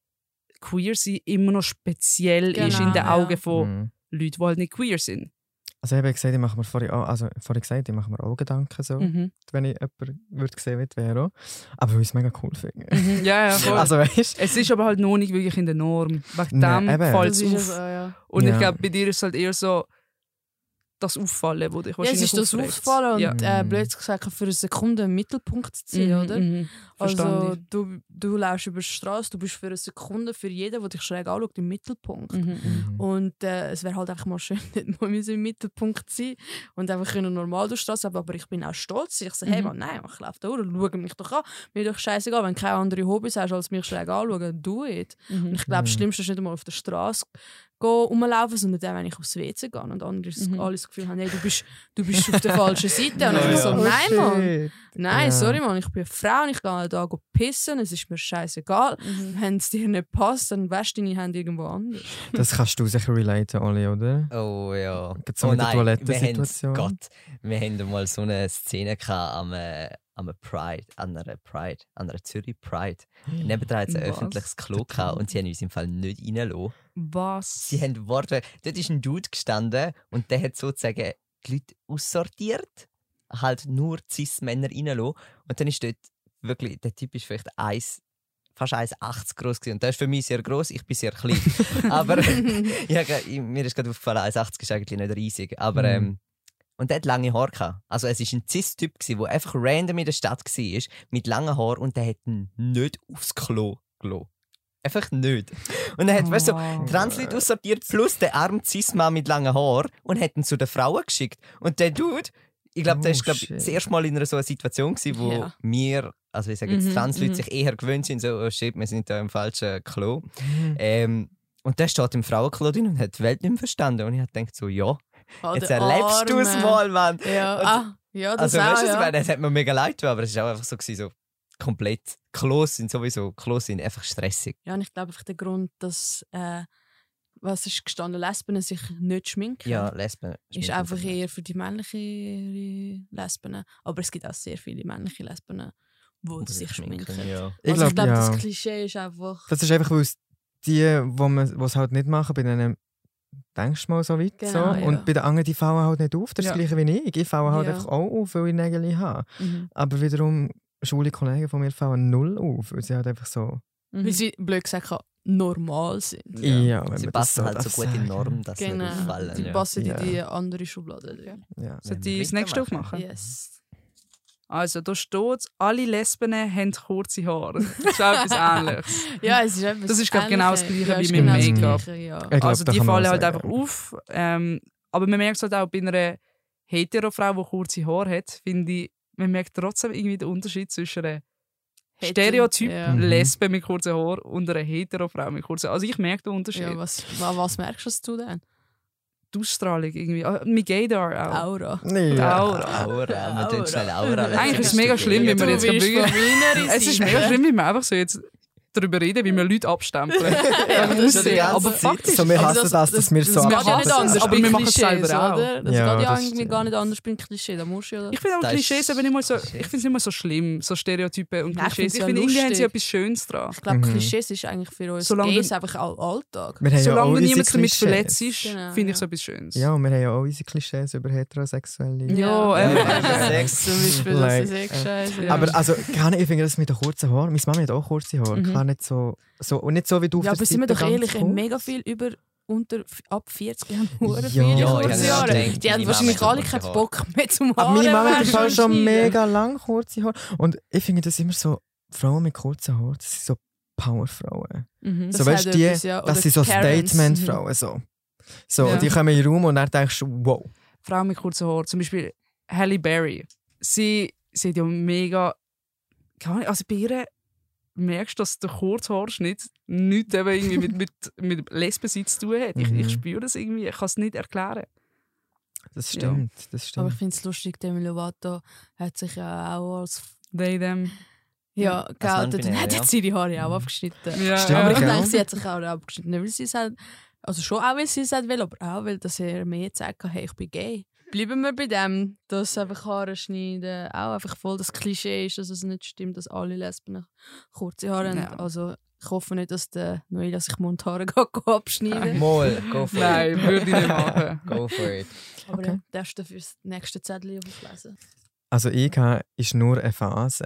[SPEAKER 4] queer sein immer noch speziell ist
[SPEAKER 1] Genau,
[SPEAKER 4] in den
[SPEAKER 1] ja.
[SPEAKER 4] Augen von
[SPEAKER 5] Mhm.
[SPEAKER 4] Leuten, die halt nicht queer sind.
[SPEAKER 5] Also ich habe gesagt, ich mache mir vorhin auch, also vorhin gesagt, ich mache mir auch Gedanken so,
[SPEAKER 4] Mhm.
[SPEAKER 5] wenn ich jemanden würde sehen würde, wäre auch. Aber weil ich es mega cool finde.
[SPEAKER 4] Mhm. Ja, ja, voll.
[SPEAKER 5] Also weißt
[SPEAKER 4] Es ist aber halt noch nicht wirklich in der Norm. Wegen
[SPEAKER 5] Nein,
[SPEAKER 4] dem
[SPEAKER 5] eben.
[SPEAKER 4] fällt
[SPEAKER 1] Das
[SPEAKER 4] es
[SPEAKER 1] ist
[SPEAKER 4] auf.
[SPEAKER 1] also, ja.
[SPEAKER 4] Und
[SPEAKER 5] Ja.
[SPEAKER 4] ich glaube, bei dir ist es halt eher so das Auffallen, wo dich
[SPEAKER 1] Ja, es
[SPEAKER 4] wahrscheinlich
[SPEAKER 1] ist das
[SPEAKER 4] aufregt.
[SPEAKER 1] Auffallen und
[SPEAKER 4] Ja.
[SPEAKER 1] äh,
[SPEAKER 5] Mhm.
[SPEAKER 1] blöd gesagt, für eine Sekunde im Mittelpunkt zu ziehen,
[SPEAKER 4] Mhm,
[SPEAKER 1] oder?
[SPEAKER 4] mhm. Verstehe
[SPEAKER 1] Also
[SPEAKER 4] ich.
[SPEAKER 1] du, du läufst über die Straße, du bist für eine Sekunde für jeden, der dich schräg anschaut, im Mittelpunkt.
[SPEAKER 4] Mhm.
[SPEAKER 5] Mhm.
[SPEAKER 1] Und äh, es wäre halt einfach mal schön, nicht mal im Mittelpunkt zu sein und einfach können normal durch die Straße. Aber ich bin auch stolz. Ich sage, hey,
[SPEAKER 4] Mhm.
[SPEAKER 1] man, nein, ich laufe da durch, schau mich doch an. Mir ist doch scheißegal, wenn du keine anderen Hobbys hast, als mich schräg anschauen, do it.
[SPEAKER 4] Mhm.
[SPEAKER 1] Und ich glaube, das
[SPEAKER 5] Mhm.
[SPEAKER 1] Schlimmste ist nicht einmal auf der Straße gehen, rumlaufen, sondern dann, wenn ich aufs W C gehe und andere
[SPEAKER 4] Mhm.
[SPEAKER 1] alle das Gefühl haben, hey, du bist, du bist auf der falschen Seite. Und ich
[SPEAKER 3] Ja,
[SPEAKER 1] bin so,
[SPEAKER 3] ja.
[SPEAKER 1] nein, Mann.
[SPEAKER 5] shit.
[SPEAKER 1] Nein,
[SPEAKER 5] Ja.
[SPEAKER 1] sorry, Mann, ich bin eine Frau und ich gehe da pissen, es ist mir scheißegal.
[SPEAKER 4] Mhm.
[SPEAKER 1] Wenn es dir nicht passt, dann wäschst du deine Hände irgendwo anders.
[SPEAKER 5] Das kannst du sicher relaten, Oli, oder?
[SPEAKER 3] Oh ja.
[SPEAKER 5] Gerade so
[SPEAKER 3] oh
[SPEAKER 5] mit der
[SPEAKER 3] nein,
[SPEAKER 5] Toilettensituation.
[SPEAKER 3] wir haben, Gott, wir haben mal so eine Szene gehabt am, äh, am Pride, an einer Pride, an einer Zürich Pride. Nebendran hat es ein
[SPEAKER 4] Was?
[SPEAKER 3] öffentliches Klo gehabt und sie haben uns im Fall nicht reingelassen.
[SPEAKER 4] Was?
[SPEAKER 3] Sie haben Worte, dort ist ein Dude gestanden und der hat sozusagen die Leute aussortiert, halt nur Cis-Männer reingelassen. Und dann ist dort wirklich, der Typ ist vielleicht eins, fast eins Komma achtzig groß gewesen. Und der ist für mich sehr groß, ich bin sehr klein. Aber ja, ich- mir ist gerade aufgefallen, eins Komma achtzig ist eigentlich nicht riesig. Aber,
[SPEAKER 5] Mhm.
[SPEAKER 3] ähm, und der hat lange Haare gehabt. Also es war ein Cis-Typ, der einfach random in der Stadt war, mit langen Haaren und der hat ihn nicht aufs Klo gelassen. Einfach nicht. Und dann hat, weißt du, so,
[SPEAKER 4] Wow.
[SPEAKER 3] Transleute aussortiert plus der arme Cis-Mann mit langen Haaren und hat ihn zu den Frauen geschickt. Und der Dude, ich glaube, der
[SPEAKER 5] Oh,
[SPEAKER 3] war glaub,
[SPEAKER 5] shit.
[SPEAKER 3] das erste Mal in einer so einer Situation, gewesen, wo
[SPEAKER 1] Ja.
[SPEAKER 3] wir, also ich sage jetzt,
[SPEAKER 4] Mhm,
[SPEAKER 3] Transleute
[SPEAKER 4] mhm.
[SPEAKER 3] sich eher gewöhnt sind, so, oh shit, wir sind da im falschen Klo.
[SPEAKER 5] Mhm.
[SPEAKER 3] Ähm, und der steht im Frauenklo drin und hat die Welt nicht mehr verstanden. Und ich habe gedacht so, ja,
[SPEAKER 1] Oh,
[SPEAKER 3] jetzt
[SPEAKER 1] der
[SPEAKER 3] erlebst du es
[SPEAKER 1] Arme.
[SPEAKER 3] mal, Mann.
[SPEAKER 1] Ja,
[SPEAKER 3] Und-
[SPEAKER 1] ah, ja das
[SPEAKER 3] Also
[SPEAKER 1] auch,
[SPEAKER 3] weißt du, was ich
[SPEAKER 1] ja.
[SPEAKER 3] meine? Das hat mir mega leid getan, aber es war auch einfach so, gewesen, so komplett, Klos sind sowieso, Klos sind einfach stressig.
[SPEAKER 1] Ja, und ich glaube einfach der Grund, dass, äh, was ist gestanden, Lesben sich nicht schminken.
[SPEAKER 3] Ja, Lesben.
[SPEAKER 1] ist
[SPEAKER 3] schminken
[SPEAKER 1] einfach
[SPEAKER 3] sich nicht.
[SPEAKER 1] eher für die männlichen Lesben. Aber es gibt auch sehr viele männliche Lesben, die
[SPEAKER 3] Und
[SPEAKER 1] sich schminken.
[SPEAKER 3] Ja.
[SPEAKER 5] Ich
[SPEAKER 1] also ich
[SPEAKER 5] glaube,
[SPEAKER 1] glaube,
[SPEAKER 5] ja.
[SPEAKER 1] das Klischee ist einfach...
[SPEAKER 5] Das ist einfach, weil es die, wo man es halt nicht machen, bei denen denkst du mal so weit.
[SPEAKER 1] Genau,
[SPEAKER 5] so.
[SPEAKER 1] ja.
[SPEAKER 5] Und bei den anderen, die fallen halt nicht auf. Das ist
[SPEAKER 4] Ja.
[SPEAKER 5] das gleiche wie ich. Ich falle halt
[SPEAKER 1] Ja.
[SPEAKER 5] einfach auch auf, weil ich Nägel habe.
[SPEAKER 4] Mhm.
[SPEAKER 5] Aber wiederum, schwule Kollegen von mir fallen null auf, weil sie halt einfach so...
[SPEAKER 1] Weil
[SPEAKER 4] Mhm.
[SPEAKER 1] sie, blöd gesagt, normal sind.
[SPEAKER 5] Ja, wenn
[SPEAKER 3] Sie
[SPEAKER 5] man das
[SPEAKER 3] passen
[SPEAKER 5] so
[SPEAKER 3] halt so
[SPEAKER 5] darf
[SPEAKER 3] gut in
[SPEAKER 5] sagen.
[SPEAKER 3] Norm, dass sie
[SPEAKER 1] Genau.
[SPEAKER 3] nicht auffallen.
[SPEAKER 1] Die
[SPEAKER 3] ja.
[SPEAKER 1] passen
[SPEAKER 5] Ja.
[SPEAKER 1] in die andere Schublade. Ja.
[SPEAKER 5] Ja.
[SPEAKER 4] Sollte
[SPEAKER 3] Wenn
[SPEAKER 4] ich
[SPEAKER 3] wir
[SPEAKER 4] das nächste
[SPEAKER 3] weitermachen.
[SPEAKER 4] aufmachen?
[SPEAKER 1] Yes.
[SPEAKER 4] Also, da steht, alle Lesben haben kurze Haare. Das ist auch etwas Ähnliches.
[SPEAKER 1] Ja, es ist etwas
[SPEAKER 4] Das ist, glaub ich, genau das
[SPEAKER 1] Ähnliches.
[SPEAKER 4] Gleiche
[SPEAKER 1] Ja,
[SPEAKER 4] wie
[SPEAKER 1] ist
[SPEAKER 4] mit
[SPEAKER 1] genau das
[SPEAKER 4] Make-up.
[SPEAKER 1] Gleiche, Ja.
[SPEAKER 5] Ich glaub,
[SPEAKER 4] Also
[SPEAKER 5] da
[SPEAKER 4] die
[SPEAKER 5] kann man
[SPEAKER 4] fallen
[SPEAKER 5] auch
[SPEAKER 4] halt
[SPEAKER 5] sagen.
[SPEAKER 4] einfach auf. Ähm, aber man merkt es halt auch bei einer Hetero-Frau, die kurze Haare hat, finde ich, man merkt trotzdem irgendwie den Unterschied zwischen einer
[SPEAKER 1] Hetero-
[SPEAKER 4] Stereotyp
[SPEAKER 1] Ja.
[SPEAKER 5] Mhm.
[SPEAKER 4] Lesbe mit kurzen Haaren und einer Hetero-Frau mit kurzen Haaren. Also ich merke den Unterschied.
[SPEAKER 1] Ja, was, wa- was merkst du denn?
[SPEAKER 4] Die Ausstrahlung irgendwie. Ah, mit Gaydar auch.
[SPEAKER 1] Aura.
[SPEAKER 5] Nee,
[SPEAKER 4] Die
[SPEAKER 5] ja.
[SPEAKER 4] Aura.
[SPEAKER 3] Aura, wir tun
[SPEAKER 1] Aura.
[SPEAKER 3] schnell Aura.
[SPEAKER 4] Eigentlich ist es mega schlimm, wie
[SPEAKER 1] Du
[SPEAKER 4] wir jetzt
[SPEAKER 1] willst
[SPEAKER 4] wirklich-
[SPEAKER 1] Verweinerin
[SPEAKER 4] Es ist
[SPEAKER 1] sein,
[SPEAKER 4] mega
[SPEAKER 1] ne?
[SPEAKER 4] schlimm, wie wir einfach so jetzt darüber reden, wie wir Leute abstempeln.
[SPEAKER 1] Ja,
[SPEAKER 4] Wegen
[SPEAKER 1] das ist
[SPEAKER 4] Aussehen.
[SPEAKER 3] die ganze
[SPEAKER 4] aber
[SPEAKER 3] Zeit.
[SPEAKER 4] faktisch.
[SPEAKER 5] So, wir
[SPEAKER 1] Aber
[SPEAKER 5] hassen das, dass wir
[SPEAKER 1] das
[SPEAKER 5] so
[SPEAKER 1] geht ja nicht
[SPEAKER 4] hassen
[SPEAKER 1] anders
[SPEAKER 4] es, aber
[SPEAKER 1] bei
[SPEAKER 4] wir machen es
[SPEAKER 1] Klischees,
[SPEAKER 4] selber auch.
[SPEAKER 1] oder? Das
[SPEAKER 5] Ja,
[SPEAKER 1] geht ja
[SPEAKER 5] das
[SPEAKER 1] irgendwie
[SPEAKER 5] stimmt.
[SPEAKER 1] gar nicht anders beim Klischee. Da musst du ja...
[SPEAKER 4] Ich finde auch
[SPEAKER 3] Das
[SPEAKER 4] Klischees
[SPEAKER 3] ist-
[SPEAKER 4] eben nicht mal so, ich finde es nicht mal so schlimm, so Stereotypen und
[SPEAKER 1] Nein, ich
[SPEAKER 4] Klischees.
[SPEAKER 1] find's
[SPEAKER 4] Ich
[SPEAKER 1] ja
[SPEAKER 4] finde, irgendwie haben sie
[SPEAKER 1] lustig.
[SPEAKER 4] etwas Schönes dran.
[SPEAKER 1] Ich glaube,
[SPEAKER 5] Mhm.
[SPEAKER 1] Klischees ist eigentlich für uns
[SPEAKER 4] Solange
[SPEAKER 1] Gays
[SPEAKER 4] du-
[SPEAKER 1] einfach auch Alltag.
[SPEAKER 5] Wir haben ja auch
[SPEAKER 4] Solange
[SPEAKER 5] unsere
[SPEAKER 4] niemand damit
[SPEAKER 5] Klischees.
[SPEAKER 4] verletzt ist,
[SPEAKER 1] Genau,
[SPEAKER 4] finde
[SPEAKER 1] ja.
[SPEAKER 4] ich es etwas Schönes.
[SPEAKER 5] Ja, und wir haben ja auch unsere Klischees über Heterosexuelle.
[SPEAKER 4] Ja,
[SPEAKER 1] Ja,
[SPEAKER 4] eben.
[SPEAKER 1] eben.
[SPEAKER 3] Sex.
[SPEAKER 1] Zum Beispiel, das
[SPEAKER 5] Like,
[SPEAKER 1] ist echt
[SPEAKER 5] äh,
[SPEAKER 1] scheiße.
[SPEAKER 4] Ja.
[SPEAKER 5] Aber also, gar nicht, ich finde das mit den kurzen Haaren. Meine Mama hat auch kurze Haare.
[SPEAKER 4] Mhm.
[SPEAKER 5] Klar nicht so, so, und nicht so wie du auf
[SPEAKER 1] Ja,
[SPEAKER 5] der
[SPEAKER 1] aber sind wir
[SPEAKER 5] Seite
[SPEAKER 1] doch
[SPEAKER 5] ganz
[SPEAKER 1] ehrlich,
[SPEAKER 5] kurz.
[SPEAKER 1] mega viel über unter ab vierzig haben hure
[SPEAKER 5] Ja,
[SPEAKER 1] viele
[SPEAKER 5] ja,
[SPEAKER 1] kurze
[SPEAKER 5] ja,
[SPEAKER 1] Haare.
[SPEAKER 3] stimmt.
[SPEAKER 1] Die haben
[SPEAKER 3] Meine
[SPEAKER 1] wahrscheinlich
[SPEAKER 3] Mama
[SPEAKER 1] alle
[SPEAKER 3] hat
[SPEAKER 1] keinen
[SPEAKER 3] kurze
[SPEAKER 1] Bock mehr zum
[SPEAKER 5] Aber
[SPEAKER 1] Haaren.
[SPEAKER 5] meine Mama hat
[SPEAKER 1] waschen
[SPEAKER 5] im Fall
[SPEAKER 1] und
[SPEAKER 5] schon
[SPEAKER 1] schneiden.
[SPEAKER 5] mega lang kurze Haare. Und ich finde das immer so, Frauen mit kurzen Haaren, das sind so Powerfrauen.
[SPEAKER 4] Mhm.
[SPEAKER 5] So,
[SPEAKER 1] Das
[SPEAKER 5] weißt
[SPEAKER 1] hat
[SPEAKER 5] du, die,
[SPEAKER 1] etwas, ja.
[SPEAKER 5] das
[SPEAKER 1] Oder
[SPEAKER 5] sind so
[SPEAKER 1] Karens.
[SPEAKER 5] Statement-Frauen. So, so
[SPEAKER 4] Ja.
[SPEAKER 5] die kommen in den Raum und dann denkst du, wow.
[SPEAKER 4] Frau mit kurzen Haaren, zum Beispiel Halle Berry. Sie, sie hat ja mega. Keine Ahnung, also bei ihr merkst du, dass der Kurzhaarschnitt nichts eben irgendwie mit, mit, mit Lesbensein zu tun hat. Ich,
[SPEAKER 5] Mhm.
[SPEAKER 4] ich spüre das irgendwie, ich kann es nicht erklären.
[SPEAKER 5] Das
[SPEAKER 4] Ja.
[SPEAKER 5] stimmt, das
[SPEAKER 1] Aber
[SPEAKER 5] stimmt.
[SPEAKER 1] ich finde es lustig, Demi Lovato hat sich ja auch als
[SPEAKER 4] They, them.
[SPEAKER 1] ja, geoutet und
[SPEAKER 3] non-binär,
[SPEAKER 1] hat
[SPEAKER 3] ja.
[SPEAKER 1] jetzt ihre Haare auch abgeschnitten.
[SPEAKER 4] Ja,
[SPEAKER 5] Stimmt,
[SPEAKER 1] Aber ich
[SPEAKER 5] gell?
[SPEAKER 1] denke, sie hat sich auch abgeschnitten, nicht weil sie es hat, also schon auch, weil sie es hat will, aber auch, weil dass er mir gesagt hat, hey, ich bin gay. Bleiben wir bei dem, dass einfach Haare schneiden auch einfach voll das Klischee ist, dass es nicht stimmt, dass alle Lesben kurze Haare haben.
[SPEAKER 4] Ja.
[SPEAKER 1] Also Ich hoffe nicht, dass der Noelia sich Mundhaare abschneiden.
[SPEAKER 3] Mal, go for
[SPEAKER 4] Nein,
[SPEAKER 3] it.
[SPEAKER 4] würde ich nicht machen.
[SPEAKER 3] Go for it.
[SPEAKER 1] Aber
[SPEAKER 5] Okay.
[SPEAKER 1] ja, darfst du für das nächste Zettel auflesen.
[SPEAKER 5] Also I K ist nur eine Phase.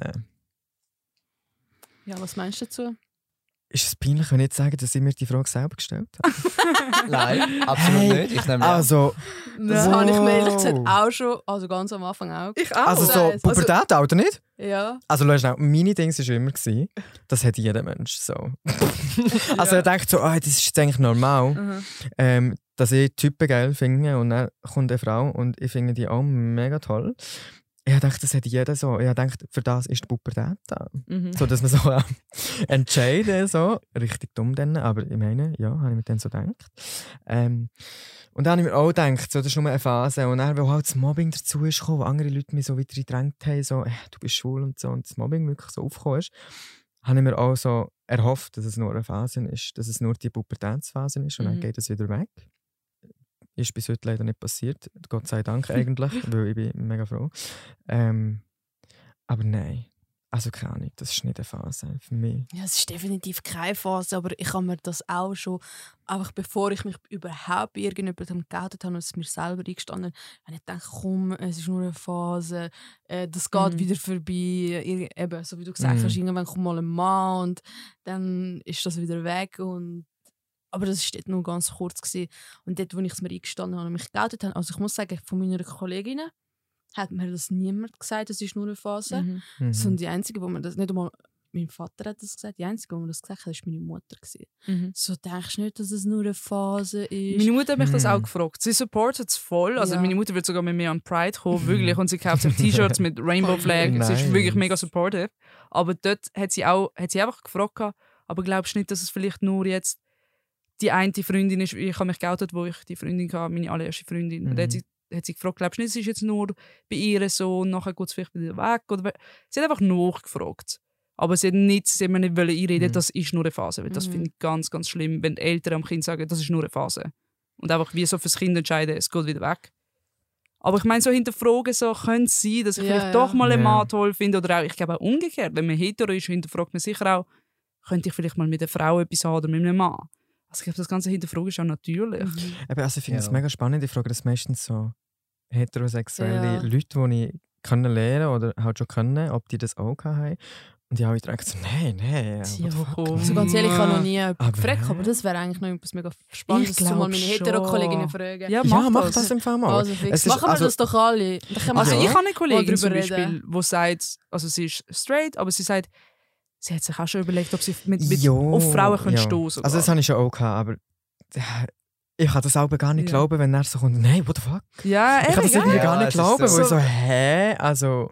[SPEAKER 1] Ja, was meinst du dazu?
[SPEAKER 5] Ist es peinlich, wenn ich jetzt sage, dass ich mir die Frage selber gestellt habe?
[SPEAKER 3] Nein, absolut
[SPEAKER 5] Hey,
[SPEAKER 3] nicht. Ich nehme ja.
[SPEAKER 5] Also,
[SPEAKER 1] Das
[SPEAKER 5] Wow.
[SPEAKER 1] habe ich mir ehrlich gesagt auch schon, also ganz am Anfang auch.
[SPEAKER 4] Ich auch.
[SPEAKER 5] also so
[SPEAKER 1] Also-
[SPEAKER 5] Pubertät, oder nicht?
[SPEAKER 1] Ja.
[SPEAKER 5] Also, schau schnell, meine Dings war immer, gewesen, das hat jeder Mensch so. Also, er denkt so, ah, das ist jetzt eigentlich normal,
[SPEAKER 1] Mhm.
[SPEAKER 5] ähm, dass ich Typen geil finde und dann kommt eine Frau und ich finde die auch mega toll. Ich dachte, das hat jeder so. Ich dachte, für das ist die Pubertät da.
[SPEAKER 4] Mhm.
[SPEAKER 5] So, dass man so äh, entscheiden so. Richtig dumm dann, aber ich meine, ja, habe ich mir dann so gedacht. Ähm, und dann habe ich mir auch gedacht, so, das ist nur eine Phase. Und dann, weil halt das Mobbing dazu ist gekommen, wo andere Leute mich so wieder gedrängt haben, so, äh, du bist schwul und so, und das Mobbing wirklich so aufgekommen ist, habe ich mir auch so erhofft, dass es nur eine Phase ist, dass es nur die Pubertätsphase ist und
[SPEAKER 1] Mhm.
[SPEAKER 5] dann geht es wieder weg. Ist bis heute leider nicht passiert. Gott sei Dank eigentlich, weil ich bin mega froh. Ähm, aber nein. Also keine Ahnung, das ist nicht eine Phase für mich.
[SPEAKER 1] Ja, es ist definitiv keine Phase, aber ich habe mir das auch schon, einfach bevor ich mich überhaupt bei irgendjemandem geoutet habe und es mir selber eingestanden habe, ich gedacht, komm, es ist nur eine Phase, äh, das geht
[SPEAKER 4] Mhm.
[SPEAKER 1] wieder vorbei. Ir- Eben, so wie du gesagt
[SPEAKER 5] Mhm.
[SPEAKER 1] hast, irgendwann kommt mal ein Mann und dann ist das wieder weg. Und aber das war dort nur ganz kurz. Gewesen. Und dort, wo ich es mir eingestanden habe und mich geoutet habe, also ich muss sagen, von meiner Kolleginnen hat mir das niemand gesagt, das ist nur eine Phase.
[SPEAKER 4] Mhm.
[SPEAKER 5] Mhm.
[SPEAKER 1] So, und die einzige, wo man das nicht einmal, mein Vater hat das gesagt, die einzige, die mir das gesagt hat, war meine Mutter. Gewesen.
[SPEAKER 4] Mhm.
[SPEAKER 1] So denkst du nicht, dass es nur eine Phase ist?
[SPEAKER 4] Meine Mutter hat mich das
[SPEAKER 5] Mhm.
[SPEAKER 4] auch gefragt. Sie supportet es voll. Also
[SPEAKER 1] Ja.
[SPEAKER 4] meine Mutter wird sogar mit mir an Pride kommen, wirklich. Und sie kauft sich T-Shirts mit Rainbow Flag. Sie ist
[SPEAKER 5] Nice.
[SPEAKER 4] wirklich mega supportive. Aber dort hat sie, auch, hat sie einfach gefragt, aber glaubst du nicht, dass es vielleicht nur jetzt die eine Freundin ist, ich habe mich geoutet, wo ich die Freundin hatte, meine allererste Freundin.
[SPEAKER 5] Mhm.
[SPEAKER 4] Und dann hat sie, hat sie gefragt, glaubst du nicht, es ist jetzt nur bei ihr so und nachher geht es vielleicht wieder weg? Oder we- sie hat einfach nachgefragt. Aber sie hat nicht, sie hat mir nicht einreden,
[SPEAKER 5] Mhm.
[SPEAKER 4] das ist nur eine Phase. Weil das
[SPEAKER 1] Mhm.
[SPEAKER 4] finde ich ganz, ganz schlimm, wenn die Eltern am Kind sagen, das ist nur eine Phase. Und einfach wie so fürs Kind entscheiden, es geht wieder weg. Aber ich meine, so hinterfragen, so könnte es sein, dass ich
[SPEAKER 1] Ja,
[SPEAKER 4] vielleicht
[SPEAKER 1] ja.
[SPEAKER 4] doch mal einen
[SPEAKER 5] Ja.
[SPEAKER 4] Mann toll finde. Oder auch, ich glaube auch umgekehrt, wenn man hetero ist, hinterfragt man sicher auch, könnte ich vielleicht mal mit einer Frau etwas haben oder mit einem Mann. Also ich glaube, das ganze Hinterfragen ist auch natürlich.
[SPEAKER 1] Mhm.
[SPEAKER 5] Eben, also ich finde es
[SPEAKER 3] Ja.
[SPEAKER 5] mega spannend. Ich frage das meistens so heterosexuelle
[SPEAKER 1] Ja.
[SPEAKER 5] Leute, die ich können lernen oder halt schon können, ob die das auch haben. Und die haben gedacht so, nein, nein. what the
[SPEAKER 4] Ja,
[SPEAKER 5] fuck,
[SPEAKER 4] komm.
[SPEAKER 5] nein.
[SPEAKER 1] Also ganz ehrlich, ich habe noch nie jemanden
[SPEAKER 5] Aber
[SPEAKER 1] gefragt,
[SPEAKER 5] hä?
[SPEAKER 1] aber das wäre eigentlich noch etwas mega Spannendes,
[SPEAKER 4] Ich
[SPEAKER 1] zu mal
[SPEAKER 4] glaub
[SPEAKER 1] meine
[SPEAKER 4] schon.
[SPEAKER 1] hetero-Kolleginnen fragen.
[SPEAKER 4] Ja,
[SPEAKER 5] Ja,
[SPEAKER 4] mach,
[SPEAKER 5] mach
[SPEAKER 4] das.
[SPEAKER 5] das im Fall mal.
[SPEAKER 1] Also fix,
[SPEAKER 5] Es ist-
[SPEAKER 1] machen wir
[SPEAKER 5] also-
[SPEAKER 1] das doch alle. Dann können wir
[SPEAKER 4] Also
[SPEAKER 5] Ja.
[SPEAKER 4] ich habe eine Kollegin
[SPEAKER 1] Mal
[SPEAKER 4] zum
[SPEAKER 1] drüber
[SPEAKER 4] Beispiel,
[SPEAKER 1] reden.
[SPEAKER 4] die sagt, also sie ist straight, aber sie sagt, sie hat sich auch schon überlegt, ob sie mit, mit
[SPEAKER 5] Jo,
[SPEAKER 4] auf Frauen können
[SPEAKER 5] ja.
[SPEAKER 4] stoßen.
[SPEAKER 5] Also das habe ich schon auch gehabt, aber äh, ich kann das auch gar nicht
[SPEAKER 4] Ja.
[SPEAKER 5] glauben, wenn er so kommt, nein, what the fuck?
[SPEAKER 4] ja,
[SPEAKER 5] Ich kann das
[SPEAKER 4] ja.
[SPEAKER 5] irgendwie
[SPEAKER 3] Ja,
[SPEAKER 5] gar nicht
[SPEAKER 3] es ist
[SPEAKER 5] glauben,
[SPEAKER 3] so.
[SPEAKER 5] weil ich so, hä? Also,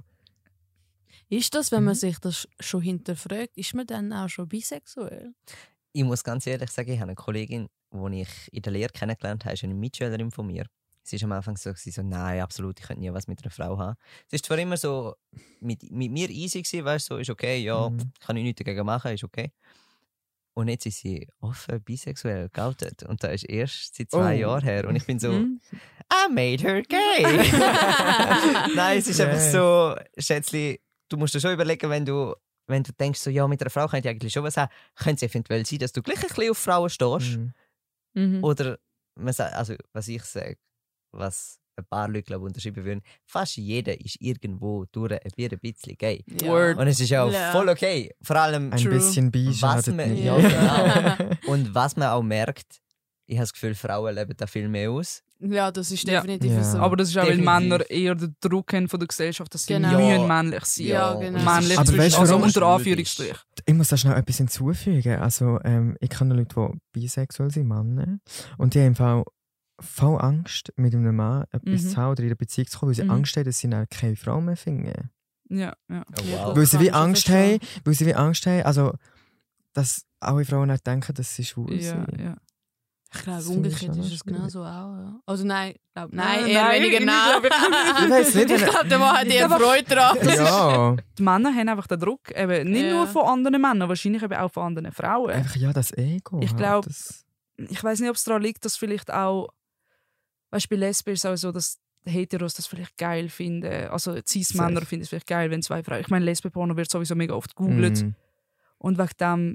[SPEAKER 1] Ist das, wenn man
[SPEAKER 5] Mhm.
[SPEAKER 1] sich das schon hinterfragt, ist man dann auch schon bisexuell?
[SPEAKER 3] Ich muss ganz ehrlich sagen, ich habe eine Kollegin, die ich in der Lehre kennengelernt habe, ist eine Mitschülerin von mir. Sie war am Anfang so, so nein, absolut, ich könnte nie was mit einer Frau haben. Sie war zwar immer so mit, mit mir easy gewesen, weißt du, so, ist okay, ja,
[SPEAKER 5] Mhm.
[SPEAKER 3] kann ich nichts dagegen machen, ist okay. Und jetzt ist sie offen bisexuell geoutet. Und das ist erst seit zwei
[SPEAKER 5] Oh.
[SPEAKER 3] Jahren her. Und ich bin so,
[SPEAKER 4] Mhm.
[SPEAKER 3] I made her gay. Nein, es ist
[SPEAKER 5] Yeah.
[SPEAKER 3] einfach so, Schätzli, du musst dir schon überlegen, wenn du, wenn du denkst, so, ja, mit einer Frau könnte ich eigentlich schon was haben, könnte es eventuell sein, dass du gleich ein bisschen auf Frauen stehst.
[SPEAKER 5] mhm.
[SPEAKER 4] Mhm.
[SPEAKER 3] Oder, man sagt, also, was ich sage, was ein paar Leute glaube ich, unterschreiben würden, fast jeder ist irgendwo durch ein bisschen gay.
[SPEAKER 4] Word.
[SPEAKER 3] Und es ist ja auch
[SPEAKER 1] Ja.
[SPEAKER 3] voll okay. Vor allem,
[SPEAKER 5] Ein
[SPEAKER 1] True.
[SPEAKER 5] bisschen bi
[SPEAKER 3] was
[SPEAKER 5] schadet
[SPEAKER 3] man,
[SPEAKER 5] nicht.
[SPEAKER 3] ja, genau. Und was man auch merkt, ich habe das Gefühl, Frauen leben da viel mehr aus.
[SPEAKER 1] Ja, das ist
[SPEAKER 4] Ja.
[SPEAKER 1] definitiv
[SPEAKER 5] Ja.
[SPEAKER 1] so.
[SPEAKER 4] Aber das ist auch, weil
[SPEAKER 3] Definitiv.
[SPEAKER 4] Männer eher den Druck haben von der Gesellschaft, dass sie
[SPEAKER 1] Genau.
[SPEAKER 4] müssen
[SPEAKER 3] Ja.
[SPEAKER 4] männlich sein.
[SPEAKER 1] Ja, genau.
[SPEAKER 4] Männlich
[SPEAKER 5] Aber
[SPEAKER 4] zwischen-
[SPEAKER 5] weißt du,
[SPEAKER 4] also
[SPEAKER 5] warum?
[SPEAKER 4] unter Anführungsstrich.
[SPEAKER 5] Ich muss da schnell etwas hinzufügen. Also, ähm, ich kenne Leute, die bisexuell sind, Männer. Und die haben im Fall voll Angst, mit einem Mann etwas
[SPEAKER 4] Mhm.
[SPEAKER 5] zu haben oder in eine Beziehung zu kommen, weil sie
[SPEAKER 4] Mhm.
[SPEAKER 5] Angst haben, dass sie dann keine Frau mehr finden.
[SPEAKER 4] Ja, ja.
[SPEAKER 3] Oh,
[SPEAKER 1] Ja,
[SPEAKER 3] wow.
[SPEAKER 5] Weil sie
[SPEAKER 1] kann
[SPEAKER 5] wie
[SPEAKER 1] ich schon
[SPEAKER 5] Angst
[SPEAKER 1] verstehen.
[SPEAKER 5] haben, weil sie wie Angst haben, also, dass alle Frauen nicht denken, dass sie schwul
[SPEAKER 4] Ja,
[SPEAKER 5] sind.
[SPEAKER 4] ja.
[SPEAKER 1] Ich glaube,
[SPEAKER 5] Das finde ich
[SPEAKER 1] umgekehrt
[SPEAKER 5] schon
[SPEAKER 1] ist es
[SPEAKER 5] schwierig.
[SPEAKER 1] genauso auch. Ja. Also nein, glaub, nein,
[SPEAKER 4] Nein,
[SPEAKER 1] eher
[SPEAKER 4] nein,
[SPEAKER 1] weniger
[SPEAKER 4] ich
[SPEAKER 1] nein.
[SPEAKER 4] glaube, ich-
[SPEAKER 5] Ich weiss nicht,
[SPEAKER 1] Ich
[SPEAKER 5] wenn-
[SPEAKER 1] glaube, der Mann hat
[SPEAKER 4] Ich
[SPEAKER 1] eher
[SPEAKER 4] glaube-
[SPEAKER 1] Freude daran.
[SPEAKER 5] Ja,
[SPEAKER 4] Die Männer haben einfach den Druck, eben, nicht
[SPEAKER 1] Ja.
[SPEAKER 4] nur von anderen Männern, wahrscheinlich eben auch von anderen Frauen.
[SPEAKER 5] einfach ja, das Ego.
[SPEAKER 4] Ich
[SPEAKER 5] halt,
[SPEAKER 4] glaub-
[SPEAKER 5] das-
[SPEAKER 4] Ich weiß nicht, ob es daran liegt, dass vielleicht auch, weißt du, bei Lesben ist es auch so, dass die Heteros das vielleicht geil finden. Also Cis-Männer
[SPEAKER 5] Safe.
[SPEAKER 4] finden es vielleicht geil, wenn zwei Frauen. Ich meine, Lesben-Porno wird sowieso mega oft gegoogelt.
[SPEAKER 5] Mm.
[SPEAKER 4] Und wegen dem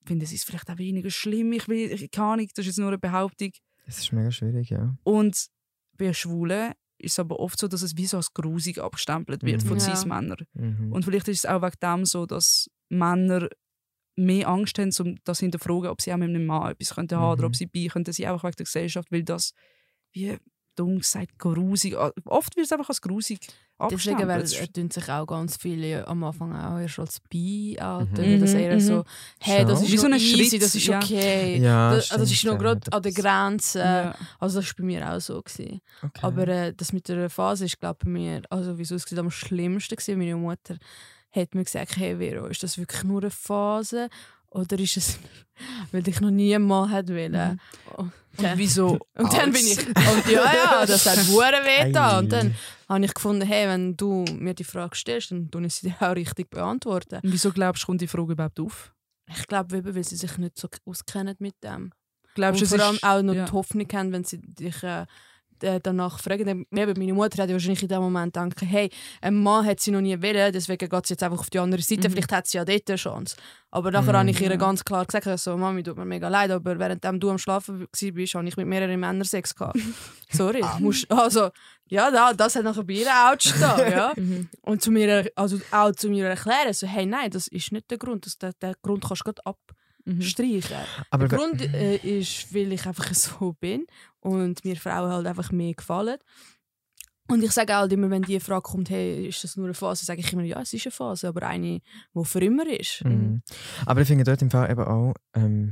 [SPEAKER 4] finden sie es vielleicht auch weniger schlimm. Ich will, ich kann nicht, das ist jetzt nur eine Behauptung.
[SPEAKER 5] Es ist mega schwierig, ja.
[SPEAKER 4] Und bei Schwulen ist es aber oft so, dass es wie so als grusig abgestempelt wird
[SPEAKER 5] Mhm.
[SPEAKER 4] von
[SPEAKER 1] Ja.
[SPEAKER 4] Cis-Männern.
[SPEAKER 5] Mhm.
[SPEAKER 4] Und vielleicht ist es auch wegen dem so, dass Männer mehr Angst haben, um das zu hinterfragen, ob sie auch mit einem Mann etwas könnten haben
[SPEAKER 5] Mhm.
[SPEAKER 4] oder ob sie bi könnten sie einfach wegen der Gesellschaft, weil das, wie dumm gesagt, grusig, oft wird es einfach als grusig
[SPEAKER 1] Deswegen weil,
[SPEAKER 4] abgestempelt.
[SPEAKER 1] äh, tun sich auch ganz viele am Anfang auch erst als bi outen,
[SPEAKER 5] Mhm.
[SPEAKER 1] weil das
[SPEAKER 4] Mhm,
[SPEAKER 1] eher
[SPEAKER 4] mhm.
[SPEAKER 1] so, hey, das
[SPEAKER 5] Schon.
[SPEAKER 1] ist
[SPEAKER 4] Wie so
[SPEAKER 1] noch
[SPEAKER 4] ein
[SPEAKER 1] easy,
[SPEAKER 4] Schritt,
[SPEAKER 1] das ist
[SPEAKER 4] ja.
[SPEAKER 1] okay.
[SPEAKER 5] Ja,
[SPEAKER 1] das, also das ist
[SPEAKER 5] stimmt,
[SPEAKER 1] noch
[SPEAKER 5] ja,
[SPEAKER 1] gerade an der
[SPEAKER 5] das-
[SPEAKER 1] Grenze.
[SPEAKER 4] Ja.
[SPEAKER 1] Also das war bei mir auch so. Gewesen.
[SPEAKER 5] Okay.
[SPEAKER 1] Aber äh, das mit der Phase ist, glaube ich, bei mir, also wieso es am schlimmsten gewesen. Meine Mutter hat mir gesagt, hey Vero, ist das wirklich nur eine Phase? Oder ist es, weil dich noch nie mal hat wollen? Und
[SPEAKER 4] Und
[SPEAKER 1] dann-
[SPEAKER 4] wieso?
[SPEAKER 1] Und dann bin ich, und ja, ja, das hat hure weh da. Und dann habe ich gefunden, hey, wenn du mir die Frage stellst, dann tue ich sie dir auch richtig beantworten.
[SPEAKER 4] Und wieso glaubst du, kommt die Frage überhaupt auf?
[SPEAKER 1] Ich glaube, weil sie sich nicht so auskennen mit dem.
[SPEAKER 4] Glaubst
[SPEAKER 1] Und
[SPEAKER 4] du,
[SPEAKER 1] vor
[SPEAKER 4] es
[SPEAKER 1] allem
[SPEAKER 4] ist-
[SPEAKER 1] auch noch
[SPEAKER 4] ja.
[SPEAKER 1] die Hoffnung haben, wenn sie dich äh, d- danach fragen. Dann- Eben, meine Mutter hat ja wahrscheinlich in dem Moment gedacht, hey, ein Mann hat sie noch nie wollen, deswegen geht sie jetzt einfach auf die andere Seite,
[SPEAKER 4] Mhm.
[SPEAKER 1] vielleicht hat sie ja dort eine Chance. Aber nachher
[SPEAKER 5] Mhm.
[SPEAKER 1] habe ich ihr
[SPEAKER 4] Ja.
[SPEAKER 1] ganz klar gesagt, also, Mami, tut mir mega leid, aber während du am Schlafen warst, habe ich mit mehreren Männern Sex gehabt. Sorry. musst, also, ja, da, das hat nachher bei ihr auch zu stehen. Ja.
[SPEAKER 4] Mhm.
[SPEAKER 1] Und zu mir, also auch zu mir erklären, so, hey, nein, das ist nicht der Grund. Das, der, der Grund kannst du gerade
[SPEAKER 4] Mhm.
[SPEAKER 1] abstreichen.
[SPEAKER 5] Aber
[SPEAKER 1] Der
[SPEAKER 5] we-
[SPEAKER 1] Grund äh, ist, weil ich einfach so bin und mir Frauen halt einfach mehr gefallen. Und ich sage halt immer, wenn die Frage kommt, hey, ist das nur eine Phase, sage ich immer, ja, es ist eine Phase, aber eine, die für immer ist.
[SPEAKER 5] Mhm. Aber ich finde dort im Fall eben auch, ähm,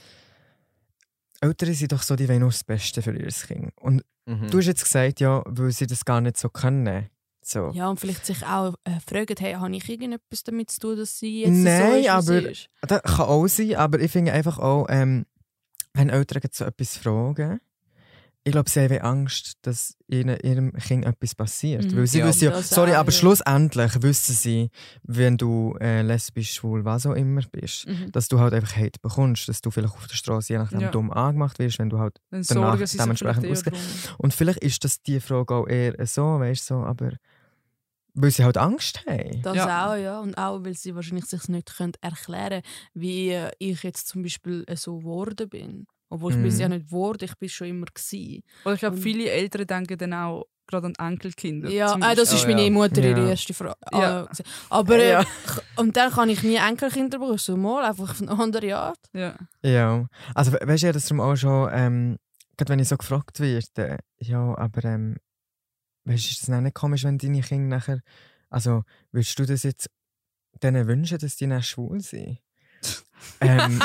[SPEAKER 5] Eltern sind doch so, die wollen nur das Beste für ihr Kind. Und
[SPEAKER 3] Mhm.
[SPEAKER 5] du hast jetzt gesagt, ja, weil sie das gar nicht so können. So.
[SPEAKER 1] Ja, und vielleicht sich auch äh, fragen, hey, habe ich irgendetwas damit zu tun, dass sie jetzt
[SPEAKER 5] Nein,
[SPEAKER 1] so ist, wie
[SPEAKER 5] aber-
[SPEAKER 1] sie ist?
[SPEAKER 5] Das kann auch sein, aber ich finde einfach auch, ähm, wenn Eltern so etwas fragen, ich glaube, sie haben Angst, dass ihnen, ihrem Kind etwas passiert.
[SPEAKER 1] Mhm.
[SPEAKER 5] Weil sie
[SPEAKER 3] Ja.
[SPEAKER 5] wissen ja,
[SPEAKER 1] Das
[SPEAKER 5] sorry,
[SPEAKER 1] auch,
[SPEAKER 5] aber
[SPEAKER 1] ja.
[SPEAKER 5] schlussendlich wissen sie, wenn du äh, lesbisch, schwul, was auch immer bist,
[SPEAKER 1] Mhm.
[SPEAKER 5] dass du halt einfach Hate bekommst, dass du vielleicht auf der Straße je nachdem
[SPEAKER 4] Ja.
[SPEAKER 5] dumm angemacht wirst, wenn du halt
[SPEAKER 4] Dann
[SPEAKER 5] danach
[SPEAKER 4] sorgen sie sich
[SPEAKER 5] dementsprechend
[SPEAKER 4] vielleicht eher
[SPEAKER 5] ausge-
[SPEAKER 4] drum.
[SPEAKER 5] und vielleicht ist das die Frage auch eher so, weißt du, so, aber weil sie halt Angst haben.
[SPEAKER 1] Das
[SPEAKER 4] Ja.
[SPEAKER 1] auch, ja. Und auch, weil sie wahrscheinlich sich nicht können erklären können, wie äh, ich jetzt zum Beispiel äh, so geworden bin. Obwohl ich
[SPEAKER 5] Mhm.
[SPEAKER 1] bin es ja nicht geworden, ich bin schon immer gewesen.
[SPEAKER 4] Oder ich glaube,
[SPEAKER 1] Und-
[SPEAKER 4] viele Eltern denken dann auch gerade an Enkelkinder.
[SPEAKER 1] Ja,
[SPEAKER 4] zum
[SPEAKER 1] äh, das
[SPEAKER 4] Beispiel.
[SPEAKER 1] ist
[SPEAKER 3] Oh,
[SPEAKER 1] meine
[SPEAKER 3] ja.
[SPEAKER 1] Mutter, ihre
[SPEAKER 5] Ja.
[SPEAKER 1] erste Frage.
[SPEAKER 4] Ja.
[SPEAKER 1] Ah, aber äh,
[SPEAKER 5] Ja.
[SPEAKER 1] k- und dann kann ich nie Enkelkinder bekommen, so mal, einfach auf eine andere Art.
[SPEAKER 4] Ja.
[SPEAKER 5] Ja, also we- weißt du, ja, das darum auch schon, ähm, gerade wenn ich so gefragt werde, ja, aber ähm, weißt du, ist das dann nicht komisch, wenn deine Kinder nachher, also würdest du das jetzt denen wünschen, dass die dann schwul sind? ähm,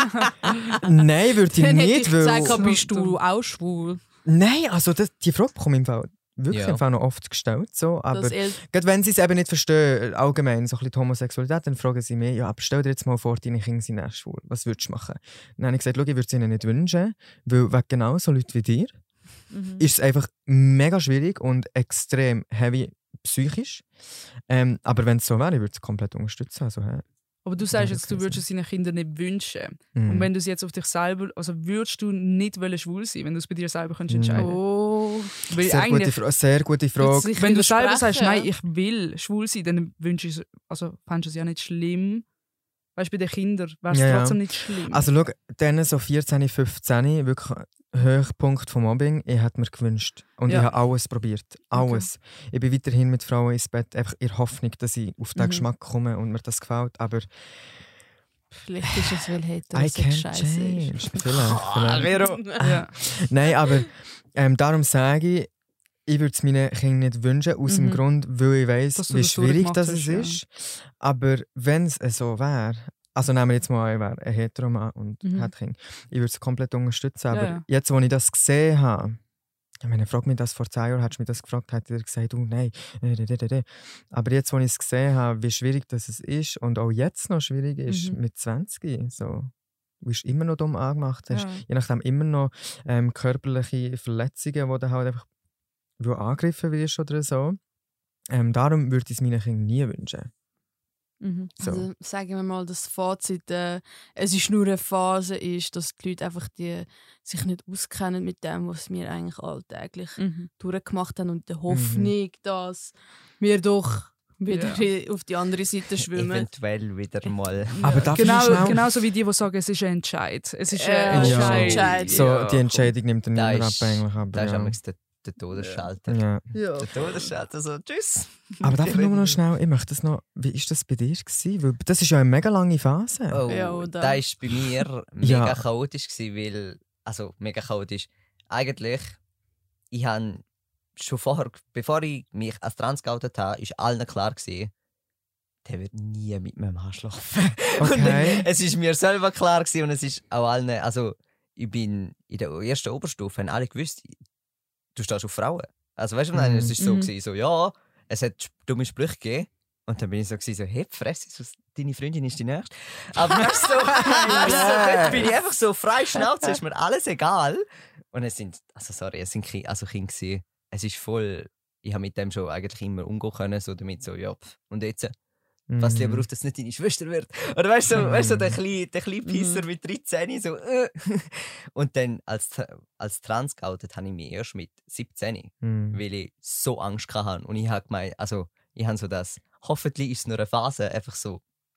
[SPEAKER 5] nein, würde ich
[SPEAKER 1] Dann hätte
[SPEAKER 5] nicht,
[SPEAKER 1] ich
[SPEAKER 5] weil...
[SPEAKER 1] gesagt, bist du auch schwul?
[SPEAKER 5] Nein, also das, die Frage bekomme ich im Fall wirklich
[SPEAKER 3] Ja.
[SPEAKER 5] im Fall noch oft gestellt, so, aber
[SPEAKER 1] Dass El-
[SPEAKER 5] gerade wenn sie es eben nicht verstehen, allgemein, so ein bisschen die Homosexualität, dann fragen sie mich, ja, aber stell dir jetzt mal vor, deine Kinder sind auch schwul. Was würdest du machen? Dann habe ich gesagt, schau, ich würde es ihnen nicht wünschen, weil wegen genau so Leuten wie dir
[SPEAKER 4] Mhm.
[SPEAKER 5] ist es einfach mega schwierig und extrem heavy psychisch. Ähm, aber wenn es so wäre, ich würde es komplett unterstützen. Also, hä?
[SPEAKER 4] Aber du sagst
[SPEAKER 5] Ja,
[SPEAKER 4] jetzt, du
[SPEAKER 5] okay,
[SPEAKER 4] würdest es deinen Kindern nicht wünschen.
[SPEAKER 5] Mhm.
[SPEAKER 4] Und wenn du es jetzt auf dich selber, also würdest du nicht wollen schwul sein, wenn du es bei dir selber könntest entscheiden?
[SPEAKER 1] Oh.
[SPEAKER 4] Weil
[SPEAKER 5] sehr, gute,
[SPEAKER 4] eigentlich,
[SPEAKER 5] Fra sehr gute Frage.
[SPEAKER 1] Sich
[SPEAKER 4] wenn du selber
[SPEAKER 1] widersprechen.
[SPEAKER 4] sagst, nein, ich will schwul sein, dann wünschst du es, also fändest du es ja nicht schlimm. Weißt du, bei den Kindern wäre es
[SPEAKER 5] Ja, ja.
[SPEAKER 4] trotzdem nicht schlimm.
[SPEAKER 5] Also schau, dann so vierzehn, fünfzehn, wirklich Höchpunkt vom Mobbing, ich hätte mir gewünscht. Und
[SPEAKER 4] Ja.
[SPEAKER 5] ich habe alles probiert. Alles. Ich bin weiterhin mit Frauen ins Bett, einfach in der Hoffnung, dass ich auf den
[SPEAKER 1] Mhm.
[SPEAKER 5] Geschmack komme und mir das gefällt. Aber
[SPEAKER 1] Vielleicht ist es, weil
[SPEAKER 5] I
[SPEAKER 1] Heterosex
[SPEAKER 5] can't
[SPEAKER 1] scheiße
[SPEAKER 5] change.
[SPEAKER 1] ist.
[SPEAKER 5] Vielleicht. vielleicht.
[SPEAKER 4] ja.
[SPEAKER 5] Nein, aber ähm, darum sage ich, ich würde es meinen Kindern nicht wünschen, aus dem
[SPEAKER 4] Mhm.
[SPEAKER 5] Grund, weil ich
[SPEAKER 4] Dass
[SPEAKER 5] weiss,
[SPEAKER 4] du
[SPEAKER 5] wie
[SPEAKER 4] das
[SPEAKER 5] schwierig
[SPEAKER 4] durchgemacht
[SPEAKER 5] das
[SPEAKER 4] hast,
[SPEAKER 5] es
[SPEAKER 4] ja.
[SPEAKER 5] ist. Aber wenn es so wäre, also nehmen wir jetzt mal, ich wäre ein Heteromann und
[SPEAKER 4] Mhm.
[SPEAKER 5] hätte Kinder, ich würde es komplett unterstützen. Aber
[SPEAKER 4] Ja, ja.
[SPEAKER 5] jetzt, wo ich das gesehen habe, ich meine, frag mich das vor zehn Jahren, hättest du mich das gefragt, hätte ich gesagt, du, nein, äh, de, de, de, de. Aber jetzt, wo ich es gesehen habe, wie schwierig das ist und auch jetzt noch schwierig ist,
[SPEAKER 4] Mhm.
[SPEAKER 5] mit zwanzig, so, du bist immer noch dumm angemacht, hast
[SPEAKER 4] Ja.
[SPEAKER 5] je nachdem immer noch ähm, körperliche Verletzungen, wo du halt einfach wo angegriffen wirst oder so. Ähm, darum würde ich es meinen Kindern nie wünschen.
[SPEAKER 4] Mhm.
[SPEAKER 5] So.
[SPEAKER 1] Also sagen wir mal, das Fazit, äh, es ist nur eine Phase, ist, dass die Leute einfach die, sich nicht auskennen mit dem, was wir eigentlich alltäglich
[SPEAKER 4] Mhm.
[SPEAKER 1] durchgemacht haben und der Hoffnung, dass wir doch wieder
[SPEAKER 4] Ja.
[SPEAKER 1] auf die andere Seite schwimmen.
[SPEAKER 3] Eventuell wieder mal.
[SPEAKER 5] Aber darf ich
[SPEAKER 4] Genau,
[SPEAKER 5] schnell-
[SPEAKER 4] genauso wie die, die sagen, es ist ein Entscheid. Es ist
[SPEAKER 1] Ja,
[SPEAKER 4] ein
[SPEAKER 1] es
[SPEAKER 5] ist ein
[SPEAKER 1] Entscheid.
[SPEAKER 5] So,
[SPEAKER 4] Ja.
[SPEAKER 5] die Entscheidung nimmt er nicht
[SPEAKER 3] Da
[SPEAKER 5] mehr ab,
[SPEAKER 3] ist-
[SPEAKER 5] eigentlich. Aber,
[SPEAKER 3] Da ist
[SPEAKER 5] ja.
[SPEAKER 3] ja. der, der Todesschalter.
[SPEAKER 5] Ja.
[SPEAKER 1] Ja.
[SPEAKER 3] Der Todesschalter, so tschüss.
[SPEAKER 5] Aber darf ich nur noch schnell, ich möchte das noch, wie war das bei dir? Gewesen? Weil das ist ja eine mega lange Phase.
[SPEAKER 3] Oh,
[SPEAKER 1] Ja, oder?
[SPEAKER 3] da war bei mir
[SPEAKER 5] Ja.
[SPEAKER 3] mega chaotisch, gewesen, weil, also mega chaotisch. Eigentlich, ich habe schon vorher, bevor ich mich als trans geoutet habe, ist allen klar gewesen, der wird nie mit meinem Mann schlafen.
[SPEAKER 5] Okay.
[SPEAKER 3] Und dann, es ist mir selber klar gewesen, und es ist auch allen, also ich bin in der ersten Oberstufe, haben alle gewusst, du stehst auf Frauen. Also weißt du, nein,
[SPEAKER 5] Mhm.
[SPEAKER 3] es ist so
[SPEAKER 4] Mhm.
[SPEAKER 3] gewesen, so ja, es hat dumme Sprüche gegeben. Und dann bin ich so, gewesen, so hey, Fresse, so, deine Freundin ist die Nächste. Aber weißt du, so, weißt du, so, dort bin ich einfach so frei Schnauze, ist mir alles egal. Und es sind, also sorry, es sind Ki- also Kinder gewesen. Es ist voll, ich habe mit dem schon eigentlich immer umgehen können, so damit so, ja, pff, und jetzt? Pass lieber auf, dass es nicht deine Schwester wird. Oder weißt du, so, weißt du, so der kleine, der kleine Pisser mit dreizehn, so, äh. Und dann als, als Trans geoutet habe ich mich erst mit siebzehn,
[SPEAKER 5] Mhm.
[SPEAKER 3] weil ich so Angst hatte. Und ich habe gemeint, also, ich habe so das, hoffentlich ist es nur eine Phase, einfach so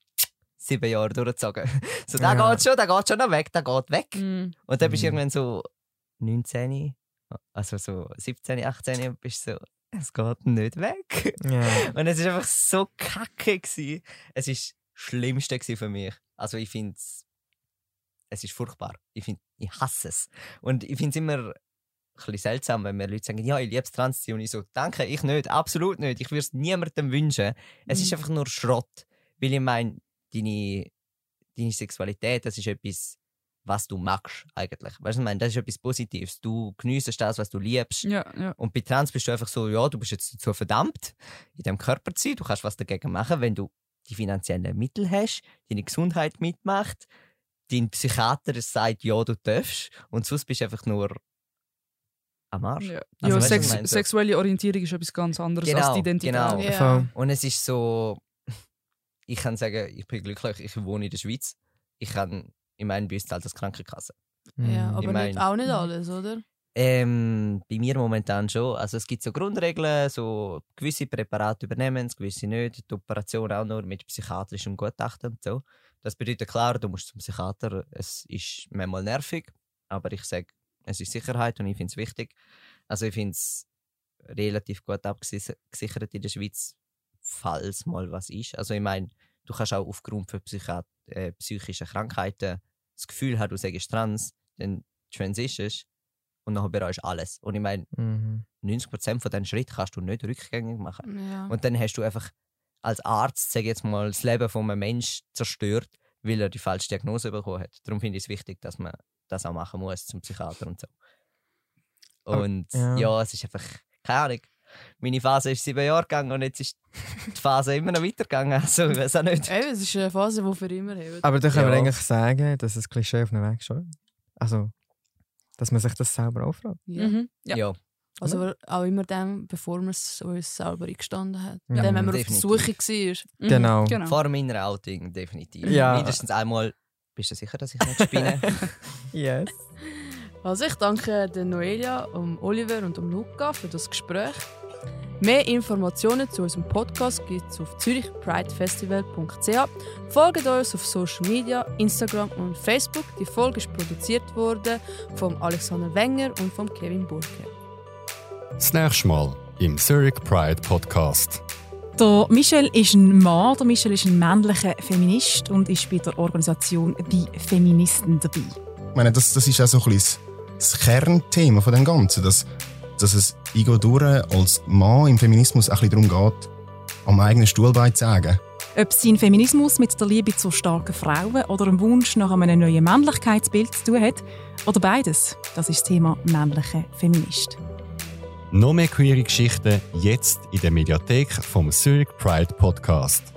[SPEAKER 3] sieben Jahre durchgezogen. So, der
[SPEAKER 5] Ja.
[SPEAKER 3] geht schon, der geht schon noch weg, der geht weg.
[SPEAKER 1] Mhm.
[SPEAKER 3] Und dann bist du
[SPEAKER 5] Mhm.
[SPEAKER 3] irgendwann so neunzehn, also so siebzehn, achtzehn, und bist so, es geht nicht weg.
[SPEAKER 5] Ja.
[SPEAKER 3] Und es war einfach so kacke gewesen. Es war das Schlimmste gewesen für mich. Also ich finde es, es ist furchtbar. Ich, find, ich hasse es. Und ich finde es immer ein bisschen seltsam, wenn mir Leute sagen, ja, ich liebe es Trans. Und ich so, danke, ich nicht, absolut nicht. Ich würde es niemandem wünschen. Es ist einfach nur Schrott. Weil ich meine, deine, deine Sexualität, das ist etwas, was du magst eigentlich. Weißt du, ich meine, das ist etwas Positives. Du geniessest das, was du liebst.
[SPEAKER 4] Ja, ja.
[SPEAKER 3] Und bei Trans bist du einfach so, ja, du bist jetzt dazu verdammt, in diesem Körper zu sein. Du kannst was dagegen machen, wenn du die finanziellen Mittel hast, deine Gesundheit mitmacht, dein Psychiater sagt, ja, du darfst. Und sonst bist du einfach nur am Arsch.
[SPEAKER 4] Ja,
[SPEAKER 3] Also,
[SPEAKER 4] ja
[SPEAKER 3] weißt du,
[SPEAKER 4] Sex
[SPEAKER 3] was ich meine? So-
[SPEAKER 4] sexuelle Orientierung ist etwas ganz anderes
[SPEAKER 3] Genau,
[SPEAKER 4] als die Identität.
[SPEAKER 3] genau.
[SPEAKER 1] Ja.
[SPEAKER 5] Voll.
[SPEAKER 3] Und es ist so, ich kann sagen, ich bin glücklich, ich wohne in der Schweiz. Ich kann, ich meine, bei uns zahlt das Krankenkasse.
[SPEAKER 1] Ja,
[SPEAKER 5] Mhm.
[SPEAKER 1] aber
[SPEAKER 3] Ich mein-
[SPEAKER 1] nicht, auch nicht alles, oder?
[SPEAKER 3] Ähm, bei mir momentan schon. Also es gibt so Grundregeln, so gewisse Präparate übernehmen, gewisse nicht. Die Operation auch nur mit psychiatrischem Gutachten und so. Das bedeutet klar, du musst zum Psychiater. Es ist manchmal nervig, aber ich sage, es ist Sicherheit und ich finde es wichtig. Also ich finde es relativ gut abgesichert in der Schweiz, falls mal was ist. Also ich meine, du kannst auch aufgrund von Psychiat äh, psychischen Krankheiten das Gefühl haben, du sagst trans, dann transitionst und nachher bereust du alles. Und ich meine,
[SPEAKER 5] Mhm.
[SPEAKER 3] neunzig Prozent von diesen Schritten kannst du nicht rückgängig machen.
[SPEAKER 1] Ja.
[SPEAKER 3] Und dann hast du einfach als Arzt, sag ich jetzt mal, das Leben von einem Menschen zerstört, weil er die falsche Diagnose bekommen hat. Darum finde ich es wichtig, dass man das auch machen muss zum Psychiater und so.
[SPEAKER 5] Aber-
[SPEAKER 3] Und
[SPEAKER 5] ja.
[SPEAKER 3] ja. es ist einfach, keine Ahnung. Meine Phase ist sieben Jahre gegangen und jetzt ist die Phase immer noch weitergegangen. Also, ich weiß auch nicht.
[SPEAKER 1] Eben, es ist eine Phase, die für immer hält.
[SPEAKER 5] Aber dann können wir
[SPEAKER 3] Ja.
[SPEAKER 5] eigentlich sagen, dass das Klischee auf den Weg schon. Also, dass man sich das selber auch fragt.
[SPEAKER 1] Ja.
[SPEAKER 4] Mhm. Ja.
[SPEAKER 3] Ja.
[SPEAKER 1] Also wir auch immer dann, bevor man es uns selber eingestanden hat.
[SPEAKER 5] Ja,
[SPEAKER 1] dann, wenn man auf der
[SPEAKER 3] definitiv.
[SPEAKER 1] Suche war.
[SPEAKER 4] Mhm.
[SPEAKER 5] Genau.
[SPEAKER 4] genau.
[SPEAKER 3] Vor meiner Outing, definitiv.
[SPEAKER 5] Ja.
[SPEAKER 3] Mindestens einmal. Bist du sicher, dass ich nicht spinne?
[SPEAKER 5] Yes.
[SPEAKER 1] Also ich danke der Noelia, um Oliver und um Luca für das Gespräch. Mehr Informationen zu unserem Podcast gibt es auf zürich pride festival punkt c h. Folgt uns auf Social Media, Instagram und Facebook. Die Folge ist produziert worden von Alexander Wenger und von Kevin Burke.
[SPEAKER 2] Das nächste Mal im Zurich Pride Podcast.
[SPEAKER 6] Der Michel ist ein Mann, der Michel ist ein männlicher Feminist und ist bei der Organisation «Die Feministen» dabei.
[SPEAKER 7] Ich meine, das, das ist auch so ein bisschen das Kernthema von dem Ganzen, dass, dass es Igor Dure als Mann im Feminismus ein bisschen darum geht, am eigenen Stuhlbein zu sagen.
[SPEAKER 6] Ob sein Feminismus mit der Liebe zu starken Frauen oder dem Wunsch nach einem neuen Männlichkeitsbild zu tun hat, oder beides, das ist das Thema «männlicher Feminist».
[SPEAKER 2] Noch mehr queere Geschichten jetzt in der Mediathek vom Zurich Pride Podcast.